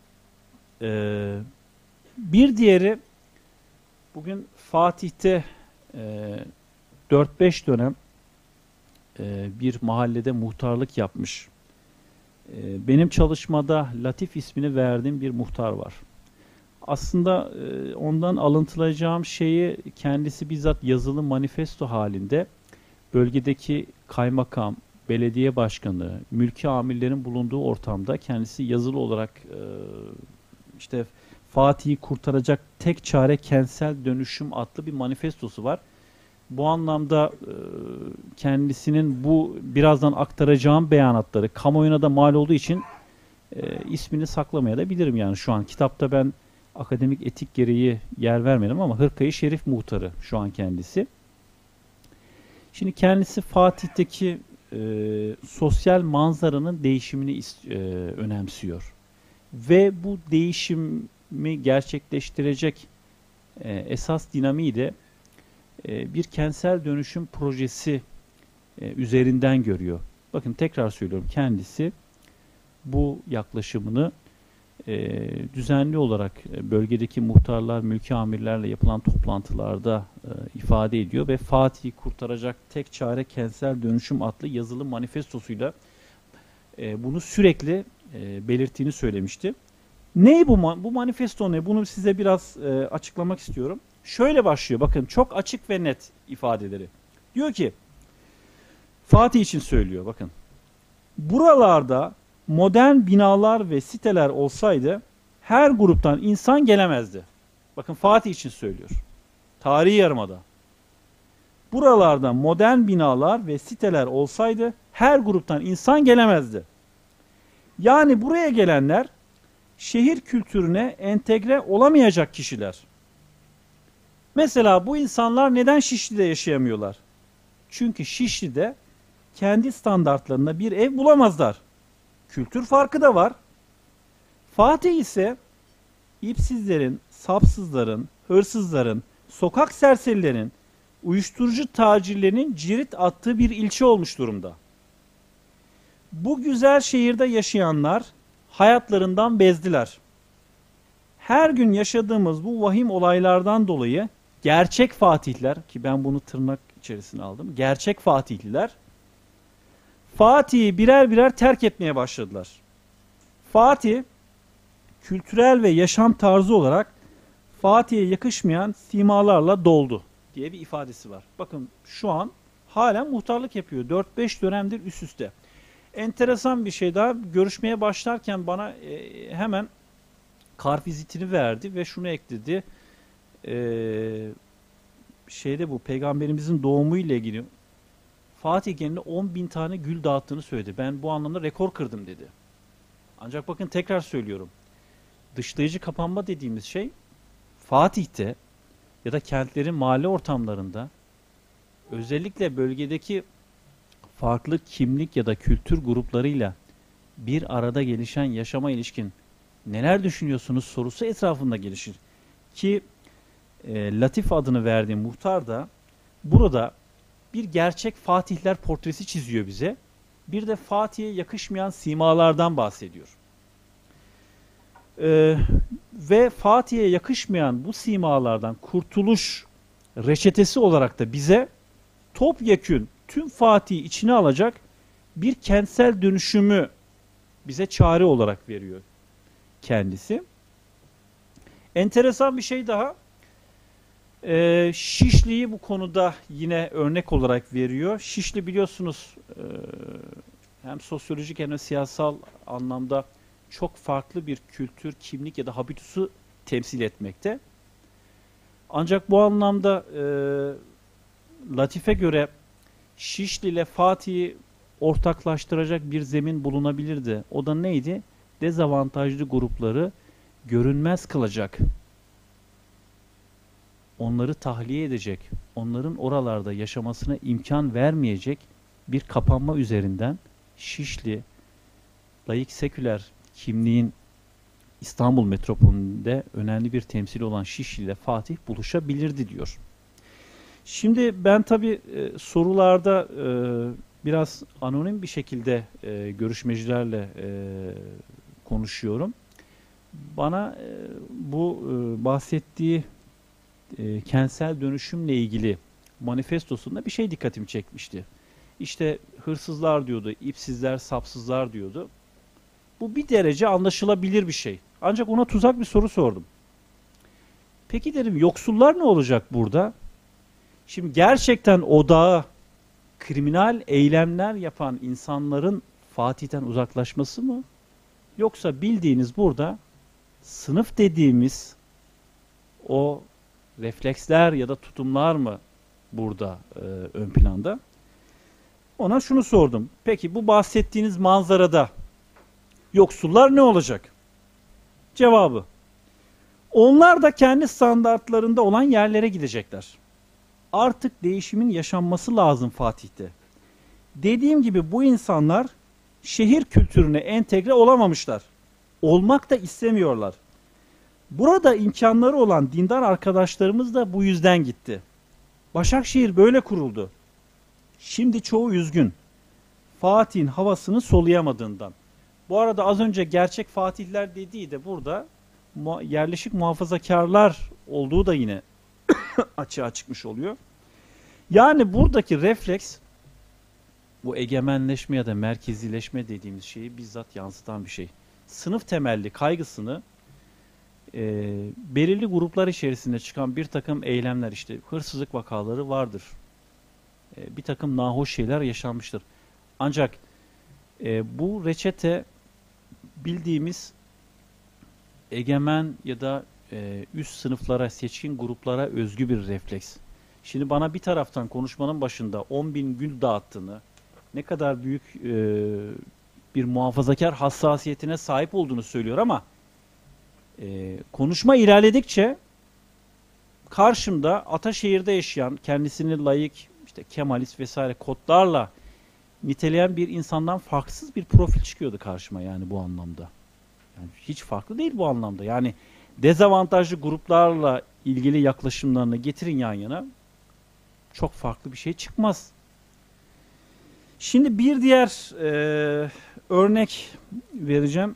Ee, bir diğeri bugün Fatih'te e, dört beş dönem e, bir mahallede muhtarlık yapmış. E, benim çalışmada Latif ismini verdiğim bir muhtar var. Aslında e, ondan alıntılayacağım şeyi kendisi bizzat yazılı manifesto halinde bölgedeki kaymakam, belediye başkanı, mülki amirlerin bulunduğu ortamda kendisi yazılı olarak e, işte Fatih'i kurtaracak tek çare kentsel dönüşüm adlı bir manifestosu var. Bu anlamda e, kendisinin bu birazdan aktaracağım beyanatları kamuoyuna da mal olduğu için e, ismini saklamaya da bilirim yani şu an. Kitapta ben akademik etik gereği yer vermedim ama Hırkayı Şerif muhtarı şu an kendisi. Şimdi kendisi Fatih'teki e, sosyal manzaranın değişimini e, önemsiyor. Ve bu değişimi gerçekleştirecek e, esas dinamiği de e, bir kentsel dönüşüm projesi e, üzerinden görüyor. Bakın tekrar söylüyorum, kendisi bu yaklaşımını e, düzenli olarak e, bölgedeki muhtarlar, mülki amirlerle yapılan toplantılarda e, ifade ediyor ve Fatih'i kurtaracak tek çare kentsel dönüşüm adlı yazılı manifestosuyla e, bunu sürekli e, belirttiğini söylemişti. Ne bu bu manifesto ne? Bunu size biraz e, açıklamak istiyorum. Şöyle başlıyor. Bakın çok açık ve net ifadeleri. Diyor ki Fatih için söylüyor bakın. Buralarda modern binalar ve siteler olsaydı her gruptan insan gelemezdi. Bakın Fatih için söylüyor. Tarihi Yarımada. Buralarda modern binalar ve siteler olsaydı her gruptan insan gelemezdi. Yani buraya gelenler şehir kültürüne entegre olamayacak kişiler. Mesela bu insanlar neden Şişli'de yaşayamıyorlar? Çünkü Şişli'de kendi standartlarında bir ev bulamazlar. Kültür farkı da var. Fatih ise ipsizlerin, sapsızların, hırsızların, sokak serserilerin, uyuşturucu tacirlerinin cirit attığı bir ilçe olmuş durumda. Bu güzel şehirde yaşayanlar hayatlarından bezdiler. Her gün yaşadığımız bu vahim olaylardan dolayı gerçek Fatihler, ki ben bunu tırnak içerisine aldım, gerçek Fatihliler Fatih'i birer birer terk etmeye başladılar. Fatih kültürel ve yaşam tarzı olarak Fatih'e yakışmayan simalarla doldu diye bir ifadesi var. Bakın şu an halen muhtarlık yapıyor. dört beş dönemdir üst üste. Enteresan bir şey daha, görüşmeye başlarken bana e, hemen kartvizitini verdi ve şunu ekledi. E, şeyde bu peygamberimizin doğumuyla ilgili Fatih genelinde on bin tane gül dağıttığını söyledi. Ben bu anlamda rekor kırdım dedi. Ancak bakın tekrar söylüyorum. Dışlayıcı kapanma dediğimiz şey Fatih'te ya da kentlerin mahalle ortamlarında özellikle bölgedeki farklı kimlik ya da kültür gruplarıyla bir arada gelişen yaşama ilişkin neler düşünüyorsunuz sorusu etrafında gelişir. Ki e, Latif adını verdiğim muhtar da burada bir gerçek Fatihler portresi çiziyor bize. Bir de Fatih'e yakışmayan simalardan bahsediyor. Ee, ve Fatih'e yakışmayan bu simalardan kurtuluş reçetesi olarak da bize topyekün tüm Fatih'i içine alacak bir kentsel dönüşümü bize çare olarak veriyor kendisi. Enteresan bir şey daha. Ee, Şişli'yi bu konuda yine örnek olarak veriyor. Şişli biliyorsunuz e, hem sosyolojik hem de siyasal anlamda çok farklı bir kültür, kimlik ya da habitusu temsil etmekte. Ancak bu anlamda e, Latif'e göre Şişli ile Fatih'i ortaklaştıracak bir zemin bulunabilirdi. O da neydi? Dezavantajlı grupları görünmez kılacak onları tahliye edecek, onların oralarda yaşamasına imkan vermeyecek bir kapanma üzerinden Şişli, laik seküler kimliğin İstanbul metropolünde önemli bir temsili olan Şişli ile Fatih buluşabilirdi diyor. Şimdi ben tabii e, sorularda e, biraz anonim bir şekilde e, görüşmecilerle e, konuşuyorum. Bana e, bu e, bahsettiği e, kentsel dönüşümle ilgili manifestosunda bir şey dikkatimi çekmişti. İşte hırsızlar diyordu, ipsizler, sapsızlar diyordu. Bu bir derece anlaşılabilir bir şey. Ancak ona tuzak bir soru sordum. Peki dedim, yoksullar ne olacak burada? Şimdi gerçekten odağı kriminal eylemler yapan insanların Fatih'ten uzaklaşması mı? Yoksa bildiğiniz burada sınıf dediğimiz o refleksler ya da tutumlar mı burada e, ön planda? Ona şunu sordum. Peki bu bahsettiğiniz manzarada yoksullar ne olacak? Cevabı: onlar da kendi standartlarında olan yerlere gidecekler. Artık değişimin yaşanması lazım Fatih'te. Dediğim gibi bu insanlar şehir kültürüne entegre olamamışlar. Olmak da istemiyorlar. Burada imkanları olan dindar arkadaşlarımız da bu yüzden gitti. Başakşehir böyle kuruldu. Şimdi çoğu üzgün. Fatih'in havasını soluyamadığından. Bu arada az önce gerçek Fatihler dediği de burada yerleşik muhafazakarlar olduğu da yine açığa çıkmış oluyor. Yani buradaki refleks bu egemenleşme ya da merkezileşme dediğimiz şeyi bizzat yansıtan bir şey. Sınıf temelli kaygısını e, belirli gruplar içerisinde çıkan bir takım eylemler, işte hırsızlık vakaları vardır. E, bir takım nahoş şeyler yaşanmıştır. Ancak e, bu reçete bildiğimiz egemen ya da e, üst sınıflara, seçkin gruplara özgü bir refleks. Şimdi bana bir taraftan konuşmanın başında on bin gül dağıttığını, ne kadar büyük e, bir muhafazakar hassasiyetine sahip olduğunu söylüyor ama e, konuşma ilerledikçe karşımda Ataşehir'de yaşayan, kendisini laik, işte Kemalist vesaire kodlarla niteleyen bir insandan farksız bir profil çıkıyordu karşıma, yani bu anlamda. Yani hiç farklı değil bu anlamda. Yani dezavantajlı gruplarla ilgili yaklaşımlarını getirin yan yana, çok farklı bir şey çıkmaz. Şimdi bir diğer e, örnek vereceğim.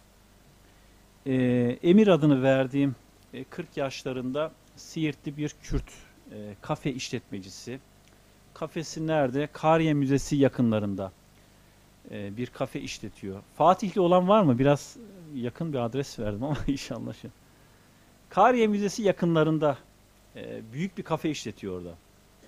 E, Emir adını verdiğim e, kırk yaşlarında Siirtli bir Kürt e, kafe işletmecisi. Kafesi nerede? Kariye Müzesi yakınlarında e, bir kafe işletiyor. Fatihli olan var mı? Biraz yakın bir adres verdim ama inşallah. Kariye Müzesi yakınlarında e, büyük bir kafe işletiyor orada.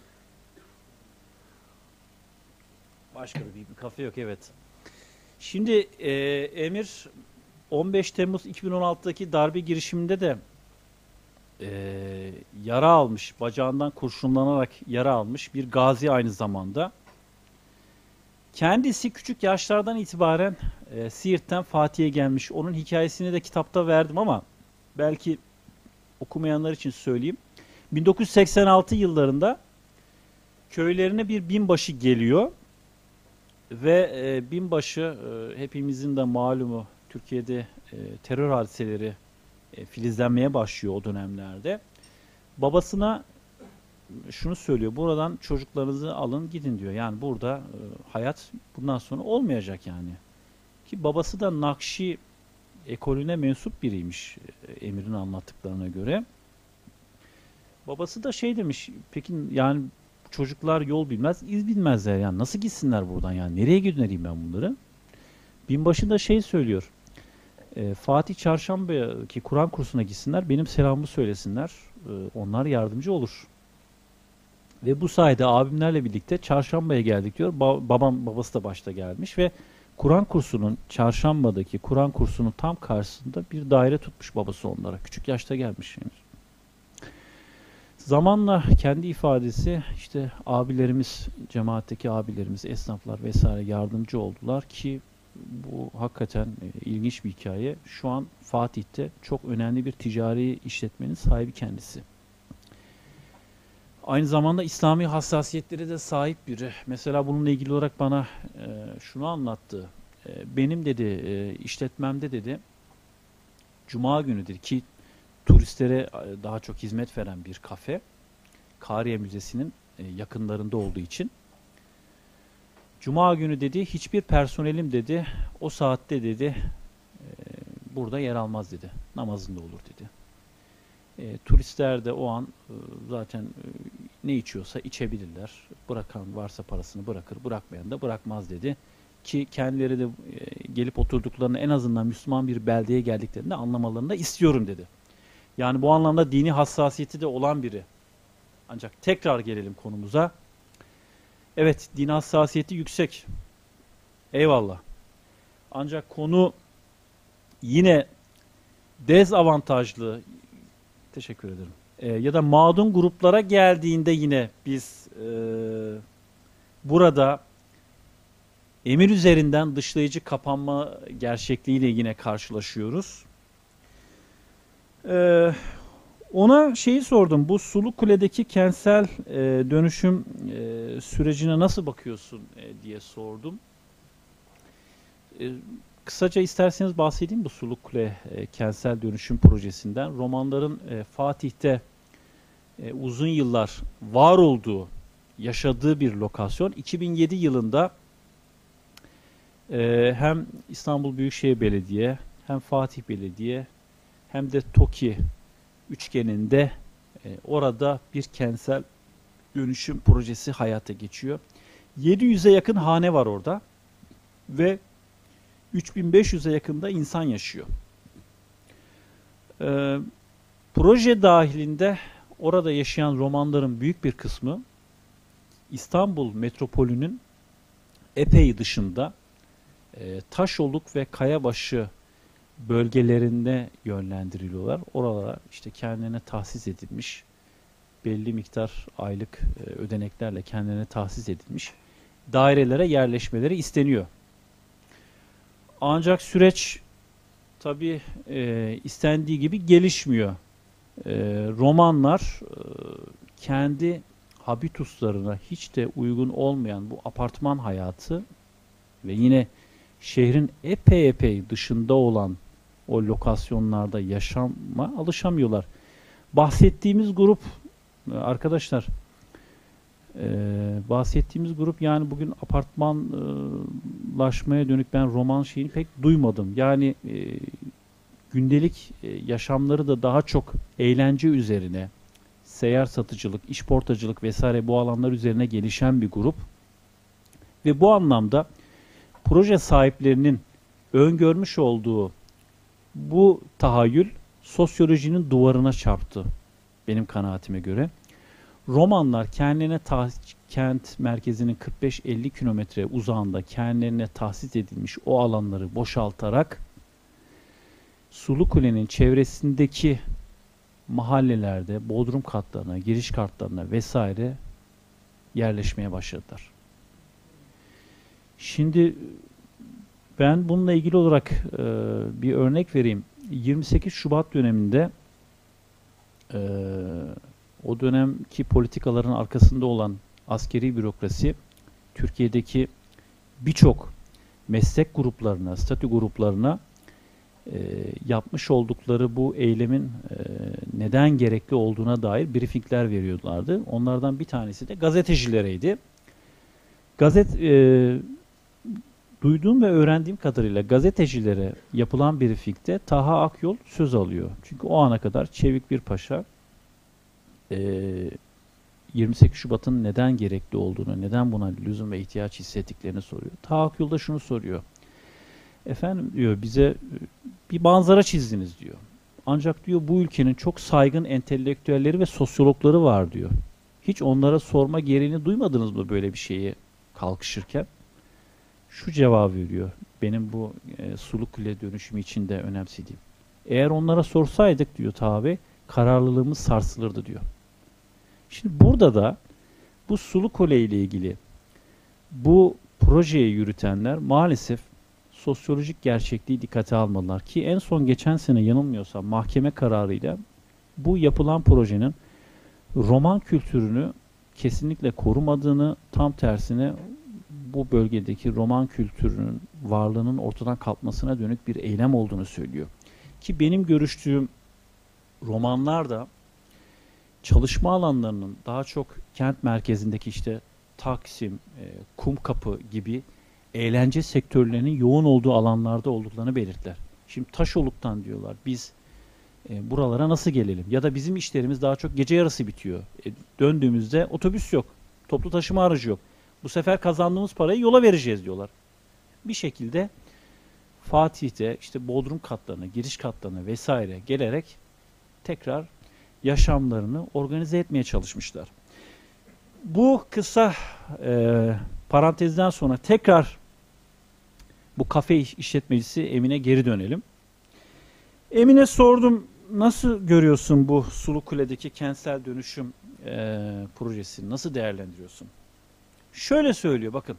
Başka bir büyük bir kafe yok, evet. Şimdi e, Emir on beş Temmuz iki bin on altıdaki darbe girişiminde de e, yara almış, bacağından kurşunlanarak yara almış bir gazi aynı zamanda. Kendisi küçük yaşlardan itibaren e, Siirt'ten Fatih'e gelmiş. Onun hikayesini de kitapta verdim ama belki okumayanlar için söyleyeyim. bin dokuz yüz seksen altı yıllarında köylerine bir binbaşı geliyor ve e, binbaşı e, hepimizin de malumu Türkiye'de e, terör hadiseleri e, filizlenmeye başlıyor o dönemlerde. Babasına şunu söylüyor: buradan çocuklarınızı alın gidin diyor. Yani burada e, hayat bundan sonra olmayacak yani. Ki babası da Nakşi ekolüne mensup biriymiş e, Emir'in anlattıklarına göre. Babası da şey demiş: peki yani çocuklar yol bilmez, iz bilmezler, yani nasıl gitsinler buradan, yani nereye göndereyim ben bunları? Binbaşı da şey söylüyor: e, Fatih Çarşamba'daki Kur'an kursuna gitsinler, benim selamımı söylesinler, e, onlar yardımcı olur. Ve bu sayede abimlerle birlikte Çarşamba'ya geldik diyor. Ba babam babası da başta gelmiş ve Kur'an kursunun, Çarşamba'daki Kur'an kursunun tam karşısında bir daire tutmuş babası onlara. Küçük yaşta gelmiş henüz. Zamanla kendi ifadesi, işte abilerimiz, cemaatteki abilerimiz, esnaflar vesaire yardımcı oldular ki bu hakikaten e, ilginç bir hikaye. Şu an Fatih'te çok önemli bir ticari işletmenin sahibi kendisi. Aynı zamanda İslami hassasiyetleri de sahip biri. Mesela bununla ilgili olarak bana e, şunu anlattı. E, benim dedi e, işletmemde dedi Cuma günüdür ki turistlere e, daha çok hizmet veren bir kafe. Kariye Müzesi'nin e, yakınlarında olduğu için. Cuma günü dedi hiçbir personelim dedi o saatte dedi e, burada yer almaz dedi. Namazında olur dedi. E, turistler de o an e, zaten e, ne içiyorsa içebilirler. Bırakan varsa parasını bırakır, bırakmayan da bırakmaz dedi. Ki kendileri de e, gelip oturduklarını en azından Müslüman bir beldeye geldiklerinde anlamalarını da istiyorum dedi. Yani bu anlamda dini hassasiyeti de olan biri. Ancak tekrar gelelim konumuza. Evet, din hassasiyeti yüksek. Eyvallah. Ancak konu yine dezavantajlı, teşekkür ederim, e, ya da mağdum gruplara geldiğinde yine biz e, burada emir üzerinden dışlayıcı kapanma gerçekliğiyle yine karşılaşıyoruz. E, ona şeyi sordum, bu Sulukule'deki kentsel e, dönüşüm e, sürecine nasıl bakıyorsun e, diye sordum. E, Kısaca isterseniz bahsedeyim bu Sulukule e, kentsel dönüşüm projesinden. Romanların e, Fatih'te e, uzun yıllar var olduğu, yaşadığı bir lokasyon. iki bin yedi yılında e, hem İstanbul Büyükşehir Belediye, hem Fatih Belediye, hem de TOKİ üçgeninde e, orada bir kentsel dönüşüm projesi hayata geçiyor. yedi yüze yakın hane var orada ve üç bin beş yüze yakında insan yaşıyor. Ee, proje dahilinde orada yaşayan Romanların büyük bir kısmı İstanbul metropolünün epey dışında e, Taşoluk ve Kayabaşı bölgelerinde yönlendiriliyorlar. Oralara işte kendilerine tahsis edilmiş belli miktar aylık e, ödeneklerle kendilerine tahsis edilmiş dairelere yerleşmeleri isteniyor. Ancak süreç tabii e, istendiği gibi gelişmiyor. E, Romanlar e, kendi habituslarına hiç de uygun olmayan bu apartman hayatı ve yine şehrin epey epey dışında olan o lokasyonlarda yaşama alışamıyorlar. Bahsettiğimiz grup arkadaşlar, Ee, bahsettiğimiz grup yani bugün apartmanlaşmaya dönük ben roman şeyini pek duymadım. Yani e, gündelik e, yaşamları da daha çok eğlence üzerine, seyyar satıcılık, işportacılık vesaire bu alanlar üzerine gelişen bir grup. Ve bu anlamda proje sahiplerinin öngörmüş olduğu bu tahayyül sosyolojinin duvarına çarptı benim kanaatime göre. Romanlar kendilerine kent merkezinin kırk beş elli kilometre uzağında kendilerine tahsis edilmiş o alanları boşaltarak Sulukule'nin çevresindeki mahallelerde, bodrum katlarına, giriş katlarına vesaire yerleşmeye başladılar. Şimdi ben bununla ilgili olarak e, bir örnek vereyim. yirmi sekiz Şubat döneminde e, o dönemki politikaların arkasında olan askeri bürokrasi Türkiye'deki birçok meslek gruplarına, statü gruplarına e, yapmış oldukları bu eylemin e, neden gerekli olduğuna dair briefingler veriyorlardı. Onlardan bir tanesi de gazetecilereydi. Gazet e, duyduğum ve öğrendiğim kadarıyla gazetecilere yapılan briefingde Taha Akyol söz alıyor. Çünkü o ana kadar Çevik bir paşa yirmi sekiz Şubat'ın neden gerekli olduğunu, neden buna lüzum ve ihtiyaç hissettiklerini soruyor. Taha Akyol da şunu soruyor. Efendim diyor, bize bir manzara çizdiniz diyor. Ancak diyor bu ülkenin çok saygın entelektüelleri ve sosyologları var diyor. Hiç onlara sorma gereğini duymadınız mı böyle bir şeyi kalkışırken? Şu cevabı veriyor. Benim bu e, Sulukule dönüşümü için de önemsediğim. Eğer onlara sorsaydık diyor Taha Bey, kararlılığımız sarsılırdı diyor. Şimdi burada da bu Sulukule ile ilgili bu projeyi yürütenler maalesef sosyolojik gerçekliği dikkate almalılar ki en son geçen sene yanılmıyorsam mahkeme kararıyla bu yapılan projenin roman kültürünü kesinlikle korumadığını, tam tersine bu bölgedeki roman kültürünün varlığının ortadan kalkmasına dönük bir eylem olduğunu söylüyor. Ki benim görüştüğüm romanlarda çalışma alanlarının daha çok kent merkezindeki işte Taksim, e, Kumkapı gibi eğlence sektörlerinin yoğun olduğu alanlarda olduklarını belirtler. Şimdi Taşoluk'tan diyorlar biz e, buralara nasıl gelelim? Ya da bizim işlerimiz daha çok gece yarısı bitiyor. E, döndüğümüzde otobüs yok, toplu taşıma aracı yok. Bu sefer kazandığımız parayı yola vereceğiz diyorlar. Bir şekilde Fatih'te işte bodrum katlarına, giriş katlarına vesaire gelerek tekrar yaşamlarını organize etmeye çalışmışlar. Bu kısa e, parantezden sonra tekrar bu kafe işletmecisi Emin'e geri dönelim. Emin'e sordum, nasıl görüyorsun bu Sulukule'deki kentsel dönüşüm e, projesini, nasıl değerlendiriyorsun? Şöyle söylüyor, bakın.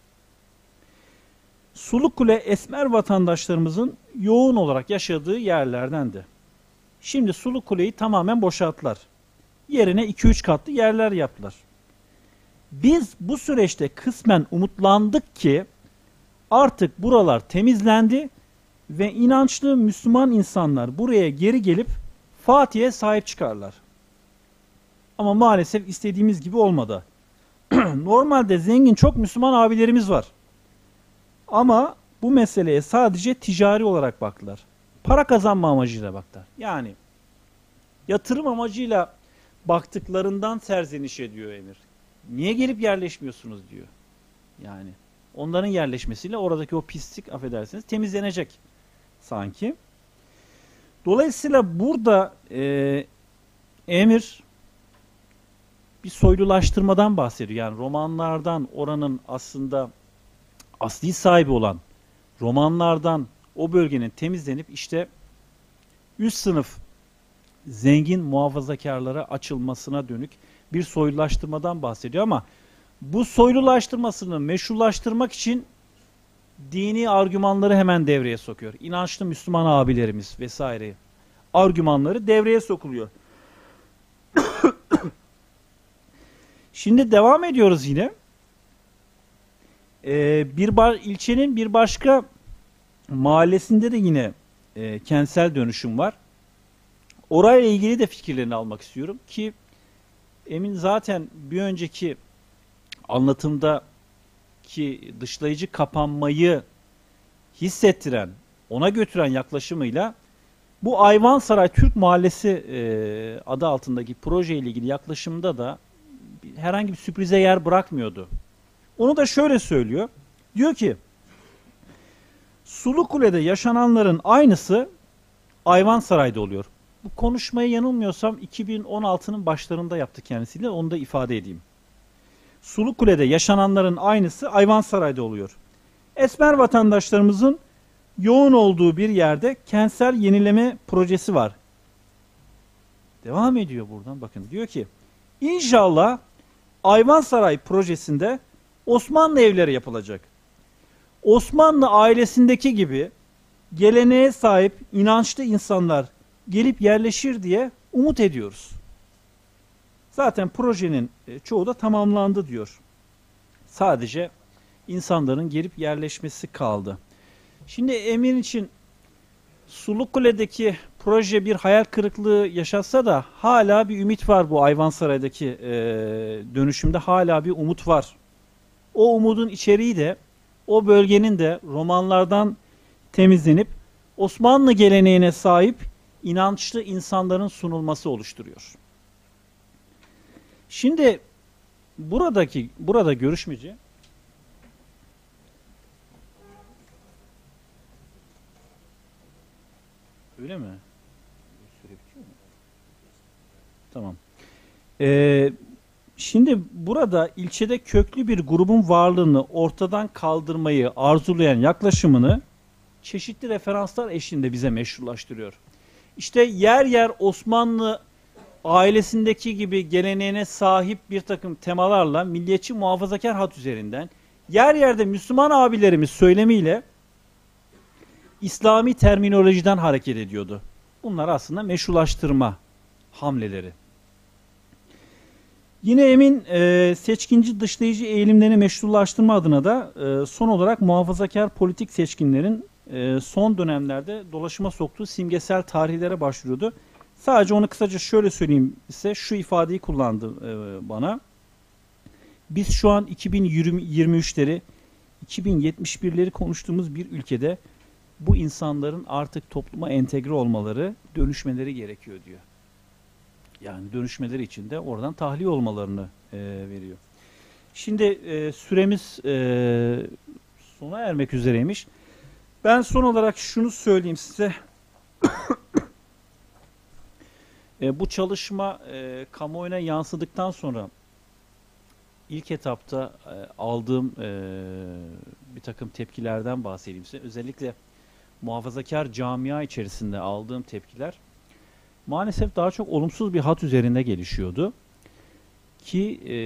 Sulukule Esmer vatandaşlarımızın yoğun olarak yaşadığı yerlerdendi. Şimdi Sulukule'yi tamamen boşalttılar. Yerine iki üç katlı yerler yaptılar. Biz bu süreçte kısmen umutlandık ki artık buralar temizlendi ve inançlı Müslüman insanlar buraya geri gelip Fatih'e sahip çıkarlar. Ama maalesef istediğimiz gibi olmadı. Normalde zengin çok Müslüman abilerimiz var. Ama bu meseleye sadece ticari olarak baktılar. Para kazanma amacıyla baktılar. Yani yatırım amacıyla baktıklarından serzeniş ediyor Emir. Niye gelip yerleşmiyorsunuz diyor. Yani onların yerleşmesiyle oradaki o pislik, affedersiniz, temizlenecek sanki. Dolayısıyla burada e, Emir bir soylulaştırmadan bahsediyor. Yani romanlardan oranın aslında asli sahibi olan romanlardan o bölgenin temizlenip işte üst sınıf zengin muhafazakarlara açılmasına dönük bir soylulaştırmadan bahsediyor ama bu soylulaştırmasını meşrulaştırmak için dini argümanları hemen devreye sokuyor. İnançlı Müslüman abilerimiz vesaire argümanları devreye sokuluyor. Şimdi devam ediyoruz yine. Ee, bir bar, ilçenin bir başka mahallesinde de yine e, kentsel dönüşüm var. Orayla ilgili de fikirlerini almak istiyorum ki Emin zaten bir önceki anlatımda ki dışlayıcı kapanmayı hissettiren, ona götüren yaklaşımıyla bu Ayvansaray Türk Mahallesi e, adı altındaki projeyle ilgili yaklaşımda da herhangi bir sürprize yer bırakmıyordu. Onu da şöyle söylüyor. Diyor ki Sulukule'de yaşananların aynısı Ayvansaray'da oluyor. Bu konuşmayı yanılmıyorsam iki bin on altının başlarında yaptı kendisiyle. Onu da ifade edeyim. Sulukule'de yaşananların aynısı Ayvansaray'da oluyor. Esmer vatandaşlarımızın yoğun olduğu bir yerde kentsel yenileme projesi var. Devam ediyor buradan. Bakın diyor ki İnşallah Ayvansaray projesinde Osmanlı evleri yapılacak. Osmanlı ailesindeki gibi geleneğe sahip inançlı insanlar gelip yerleşir diye umut ediyoruz. Zaten projenin çoğu da tamamlandı diyor. Sadece insanların gelip yerleşmesi kaldı. Şimdi Emin için Sulukule'deki proje bir hayal kırıklığı yaşatsa da hala bir ümit var bu Ayvansaray'daki e, dönüşümde hala bir umut var. O umudun içeriği de o bölgenin de romanlardan temizlenip Osmanlı geleneğine sahip inançlı insanların sunulması oluşturuyor. Şimdi buradaki burada görüşmeci öyle mi? Süre bitiyor mu? Tamam. Ee, şimdi burada ilçede köklü bir grubun varlığını ortadan kaldırmayı arzulayan yaklaşımını çeşitli referanslar eşliğinde bize meşrulaştırıyor. İşte yer yer Osmanlı ailesindeki gibi geleneğine sahip bir takım temalarla milliyetçi muhafazakar hat üzerinden yer yerde Müslüman abilerimiz söylemiyle İslami terminolojiden hareket ediyordu. Bunlar aslında meşrulaştırma hamleleri. Yine Emin e, seçkinci dışlayıcı eğilimlerini meşrulaştırma adına da e, son olarak muhafazakar politik seçkinlerin e, son dönemlerde dolaşıma soktuğu simgesel tarihlere başvuruyordu. Sadece onu kısaca şöyle söyleyeyim ise şu ifadeyi kullandı e, bana. Biz şu an iki bin yirmi üçleri, iki bin yetmiş birleri konuştuğumuz bir ülkede bu insanların artık topluma entegre olmaları, dönüşmeleri gerekiyor diyor. Yani dönüşmeleri için de oradan tahliye olmalarını e, veriyor. Şimdi e, süremiz e, sona ermek üzereymiş. Ben son olarak şunu söyleyeyim size. e, bu çalışma e, kamuoyuna yansıdıktan sonra ilk etapta e, aldığım e, bir takım tepkilerden bahsedeyim size. Özellikle muhafazakar camia içerisinde aldığım tepkiler maalesef daha çok olumsuz bir hat üzerinde gelişiyordu. Ki e,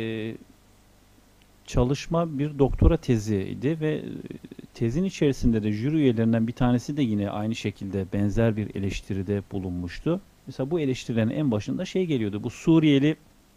çalışma bir doktora teziydi ve tezin içerisinde de jüri üyelerinden bir tanesi de yine aynı şekilde benzer bir eleştiride bulunmuştu. Mesela bu eleştirilerin en başında şey geliyordu. Bu Suriyeli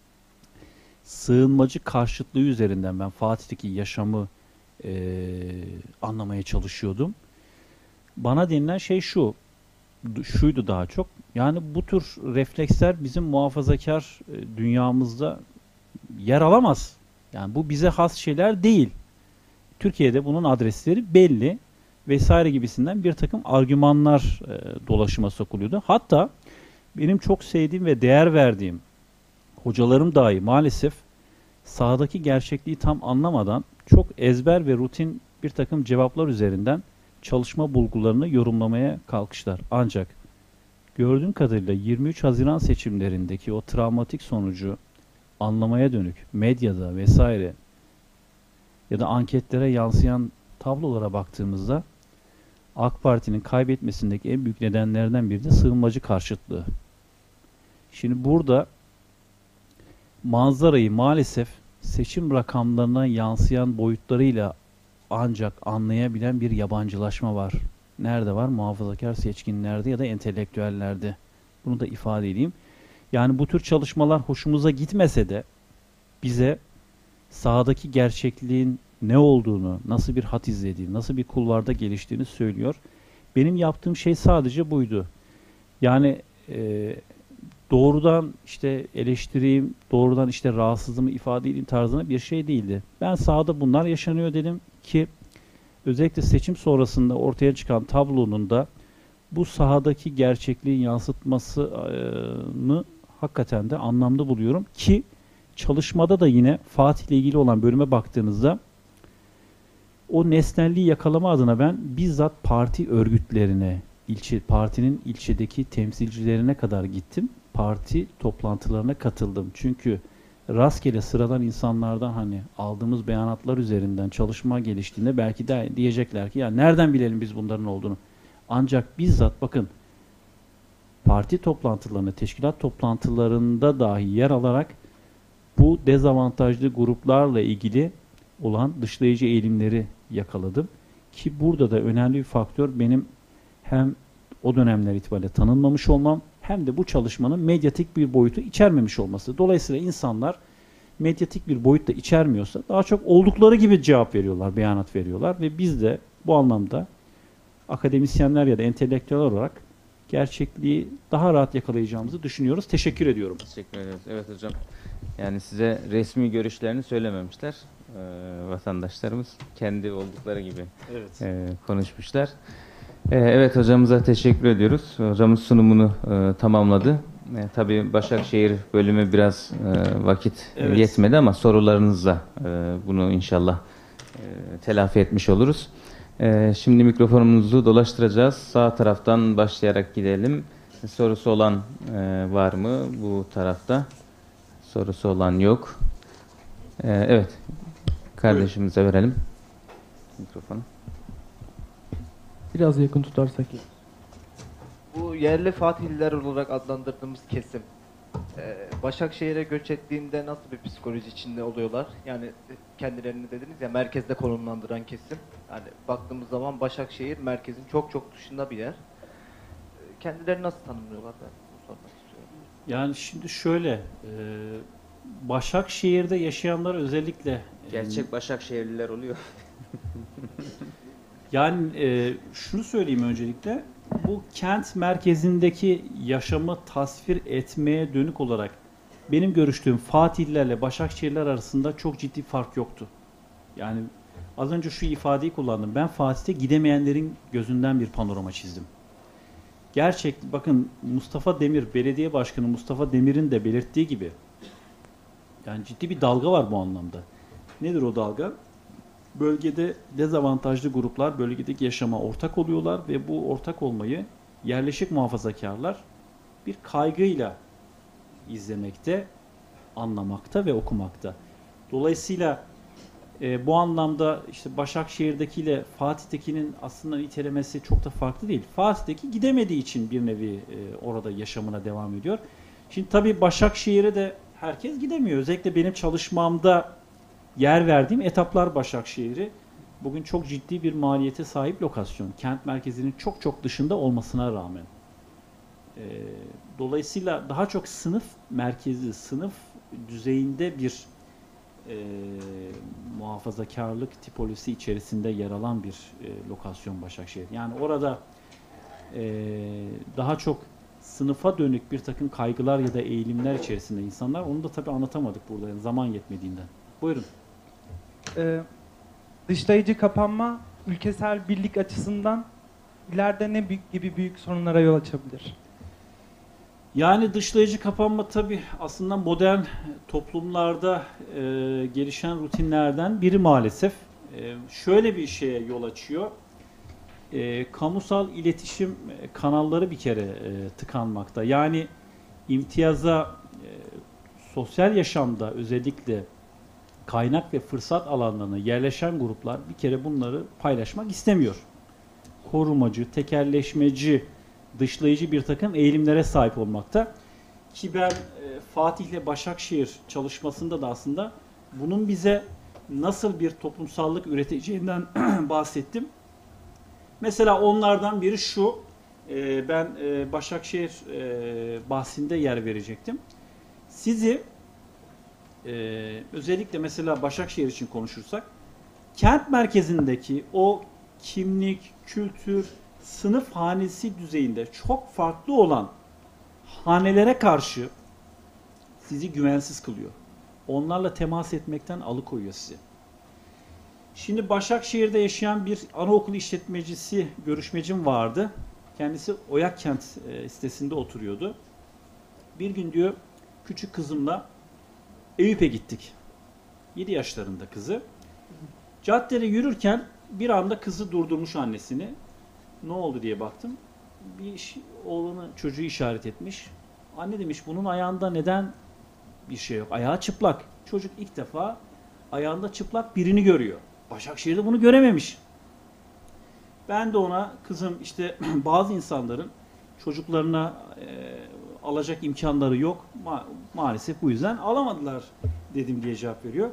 sığınmacı karşıtlığı üzerinden ben Fatih'teki yaşamı e, anlamaya çalışıyordum. Bana denilen şey şu, şuydu daha çok. Yani bu tür refleksler bizim muhafazakar e, dünyamızda yer alamaz. Yani bu bize has şeyler değil. Türkiye'de bunun adresleri belli vesaire gibisinden bir takım argümanlar e, dolaşıma sokuluyordu. Hatta benim çok sevdiğim ve değer verdiğim hocalarım dahi maalesef sahadaki gerçekliği tam anlamadan çok ezber ve rutin bir takım cevaplar üzerinden çalışma bulgularını yorumlamaya kalkışlar. Ancak gördüğüm kadarıyla yirmi üç Haziran seçimlerindeki o travmatik sonucu anlamaya dönük medyada vesaire ya da anketlere yansıyan tablolara baktığımızda AK Parti'nin kaybetmesindeki en büyük nedenlerden biri de sığınmacı karşıtlığı. Şimdi burada manzarayı maalesef seçim rakamlarına yansıyan boyutlarıyla ancak anlayabilen bir yabancılaşma var. Nerede var? Muhafazakar seçkinlerde ya da entelektüellerde. Bunu da ifade edeyim. Yani bu tür çalışmalar hoşumuza gitmese de bize sahadaki gerçekliğin ne olduğunu, nasıl bir hat izlediğini, nasıl bir kulvarda geliştiğini söylüyor. Benim yaptığım şey sadece buydu. Yani e, doğrudan işte eleştireyim, doğrudan işte rahatsızlığımı ifade edeyim tarzına bir şey değildi. Ben sahada bunlar yaşanıyor dedim ki özellikle seçim sonrasında ortaya çıkan tablonun da bu sahadaki gerçekliğin yansıtmasını hakikaten de anlamlı buluyorum ki çalışmada da yine Fatih'le ilgili olan bölüme baktığınızda o nesnelliği yakalama adına ben bizzat parti örgütlerine, ilçe partinin ilçedeki temsilcilerine kadar gittim. Parti toplantılarına katıldım. Çünkü rastgele sıradan insanlardan hani aldığımız beyanatlar üzerinden çalışma geliştiğinde belki de diyecekler ki ya nereden bilelim biz bunların olduğunu. Ancak bizzat bakın parti toplantılarında, teşkilat toplantılarında dahi yer alarak bu dezavantajlı gruplarla ilgili olan dışlayıcı eğilimleri yakaladım. Ki burada da önemli bir faktör benim hem o dönemler itibariyle tanınmamış olmam hem de bu çalışmanın medyatik bir boyutu içermemiş olması. Dolayısıyla insanlar medyatik bir boyutta içermiyorsa daha çok oldukları gibi cevap veriyorlar, beyanat veriyorlar ve biz de bu anlamda akademisyenler ya da entelektüel olarak gerçekliği daha rahat yakalayacağımızı düşünüyoruz. Teşekkür ediyorum. Teşekkür ederiz. Evet hocam. Yani size resmi görüşlerini söylememişler. Ee, vatandaşlarımız kendi oldukları gibi Evet. e, konuşmuşlar. Ee, evet hocamıza teşekkür ediyoruz. Hocamız sunumunu e, tamamladı. E, tabii Başakşehir bölümü biraz e, vakit Evet. yetmedi ama sorularınızla e, bunu inşallah e, telafi etmiş oluruz. E, şimdi mikrofonumuzu dolaştıracağız. Sağ taraftan başlayarak gidelim. Sorusu olan e, var mı bu tarafta? Sorusu olan yok. E, evet. Kardeşimize verelim mikrofonu. Biraz yakın tutarsak iyi. Bu yerli Fatihliler olarak adlandırdığımız kesim e, Başakşehir'e göç ettiğinde nasıl bir psikoloji içinde oluyorlar? Yani kendilerini dediniz ya merkezde konumlandıran kesim. Yani baktığımız zaman Başakşehir merkezin çok çok dışında bir yer. E, Kendilerini nasıl tanımlıyorlar? Ben bunu sormak istiyorum. Yani şimdi şöyle, e, Başakşehir'de yaşayanlar özellikle Gerçek Başakşehirliler oluyor. yani e, şunu söyleyeyim öncelikle, bu kent merkezindeki yaşamı tasvir etmeye dönük olarak benim görüştüğüm Fatihlilerle Başakşehirliler arasında çok ciddi fark yoktu. Yani az önce şu ifadeyi kullandım. Ben Fatih'te gidemeyenlerin gözünden bir panorama çizdim. Gerçek, bakın Mustafa Demir, belediye başkanı Mustafa Demir'in de belirttiği gibi, yani ciddi bir dalga var bu anlamda. Nedir o dalga? Bölgede dezavantajlı gruplar bölgedeki yaşama ortak oluyorlar ve bu ortak olmayı yerleşik muhafazakarlar bir kaygıyla izlemekte, anlamakta ve okumakta. Dolayısıyla e, bu anlamda işte Başakşehir'dekiyle Fatih'tekinin aslında nitelemesi çok da farklı değil. Fatih'teki gidemediği için bir nevi e, orada yaşamına devam ediyor. Şimdi tabii Başakşehir'e de herkes gidemiyor. Özellikle benim çalışmamda yer verdiğim Etaplar Başakşehir'i bugün çok ciddi bir maliyete sahip lokasyon. Kent merkezinin çok çok dışında olmasına rağmen. E, dolayısıyla daha çok sınıf merkezi, sınıf düzeyinde bir e, muhafazakarlık tipolojisi içerisinde yer alan bir e, lokasyon Başakşehir. Yani orada e, daha çok sınıfa dönük bir takım kaygılar ya da eğilimler içerisinde insanlar. Onu da tabii anlatamadık burada, yani zaman yetmediğinden. Buyurun. Ee, dışlayıcı kapanma ülkesel birlik açısından ileride ne büyük gibi büyük sorunlara yol açabilir? Yani dışlayıcı kapanma tabii aslında modern toplumlarda e, gelişen rutinlerden biri maalesef. E, şöyle bir şeye yol açıyor. E, kamusal iletişim kanalları bir kere e, tıkanmakta. Yani imtiyaza, e, sosyal yaşamda özellikle kaynak ve fırsat alanlarına yerleşen gruplar bir kere bunları paylaşmak istemiyor. Korumacı, tekelleşmeci, dışlayıcı bir takım eğilimlere sahip olmakta. Ki ben e, Fatih ile Başakşehir çalışmasında da aslında bunun bize nasıl bir toplumsallık üreteceğinden bahsettim. Mesela onlardan biri şu, e, ben e, Başakşehir e, bahsinde yer verecektim. Sizi e, özellikle mesela Başakşehir için konuşursak, kent merkezindeki o kimlik, kültür, sınıf hanesi düzeyinde çok farklı olan hanelere karşı sizi güvensiz kılıyor. Onlarla temas etmekten alıkoyuyor sizi. Şimdi Başakşehir'de yaşayan bir anaokulu işletmecisi, görüşmecim vardı. Kendisi Oyakkent e, sitesinde oturuyordu. Bir gün diyor, küçük kızımla Eyüp'e gittik. yedi yaşlarında kızı. Caddede yürürken bir anda kızı durdurmuş annesini. Ne oldu diye baktım. Bir iş, oğlanı çocuğu işaret etmiş. Anne demiş, bunun ayağında neden bir şey yok? Ayağı çıplak. Çocuk ilk defa ayağında çıplak birini görüyor. Başakşehir'de bunu görememiş. Ben de ona, kızım işte bazı insanların çocuklarına e, alacak imkanları yok. Ma- maalesef bu yüzden alamadılar dedim diye cevap veriyor.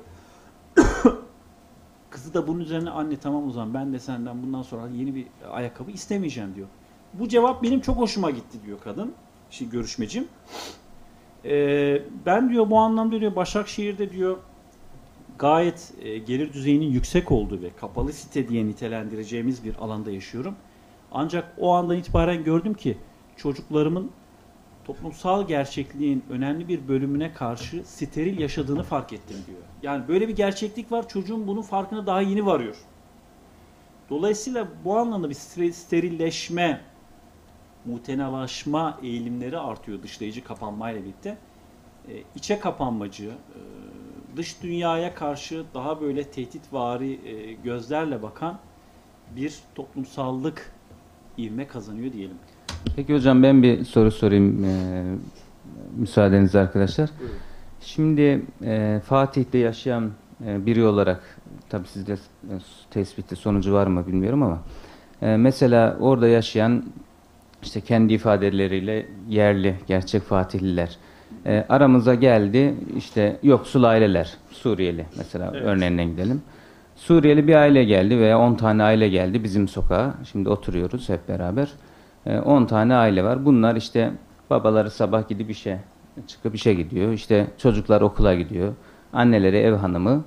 Kızı da bunun üzerine, anne tamam o zaman ben de senden bundan sonra yeni bir ayakkabı istemeyeceğim diyor. Bu cevap benim çok hoşuma gitti diyor kadın, şey, görüşmecim. Ee, ben diyor bu anlamda diyor Başakşehir'de diyor gayet e, gelir düzeyinin yüksek olduğu ve kapalı site diye nitelendireceğimiz bir alanda yaşıyorum. Ancak o andan itibaren gördüm ki çocuklarımın toplumsal gerçekliğin önemli bir bölümüne karşı steril yaşadığını fark ettim diyor. Yani böyle bir gerçeklik var, çocuğun bunun farkına daha yeni varıyor. Dolayısıyla bu anlamda bir sterilleşme, mutenalaşma eğilimleri artıyor dışlayıcı kapanmayla birlikte. E, içe kapanmacı, e, dış dünyaya karşı daha böyle tehditvari e, gözlerle bakan bir toplumsallık ivme kazanıyor diyelim. Peki hocam, ben bir soru sorayım e, müsaadenizle arkadaşlar. Buyurun. Şimdi e, Fatih'te yaşayan e, biri olarak, tabii sizde e, tespiti sonucu var mı bilmiyorum ama e, mesela orada yaşayan, işte kendi ifadeleriyle yerli, gerçek Fatihliler e, aramıza geldi. İşte yoksul aileler, Suriyeli mesela, Evet. örneğinden gidelim. Suriyeli bir aile geldi veya on tane aile geldi bizim sokağa. Şimdi oturuyoruz hep beraber. on tane aile var. Bunlar işte babaları sabah gidip işe çıkıp işe gidiyor. İşte çocuklar okula gidiyor. Anneleri ev hanımı.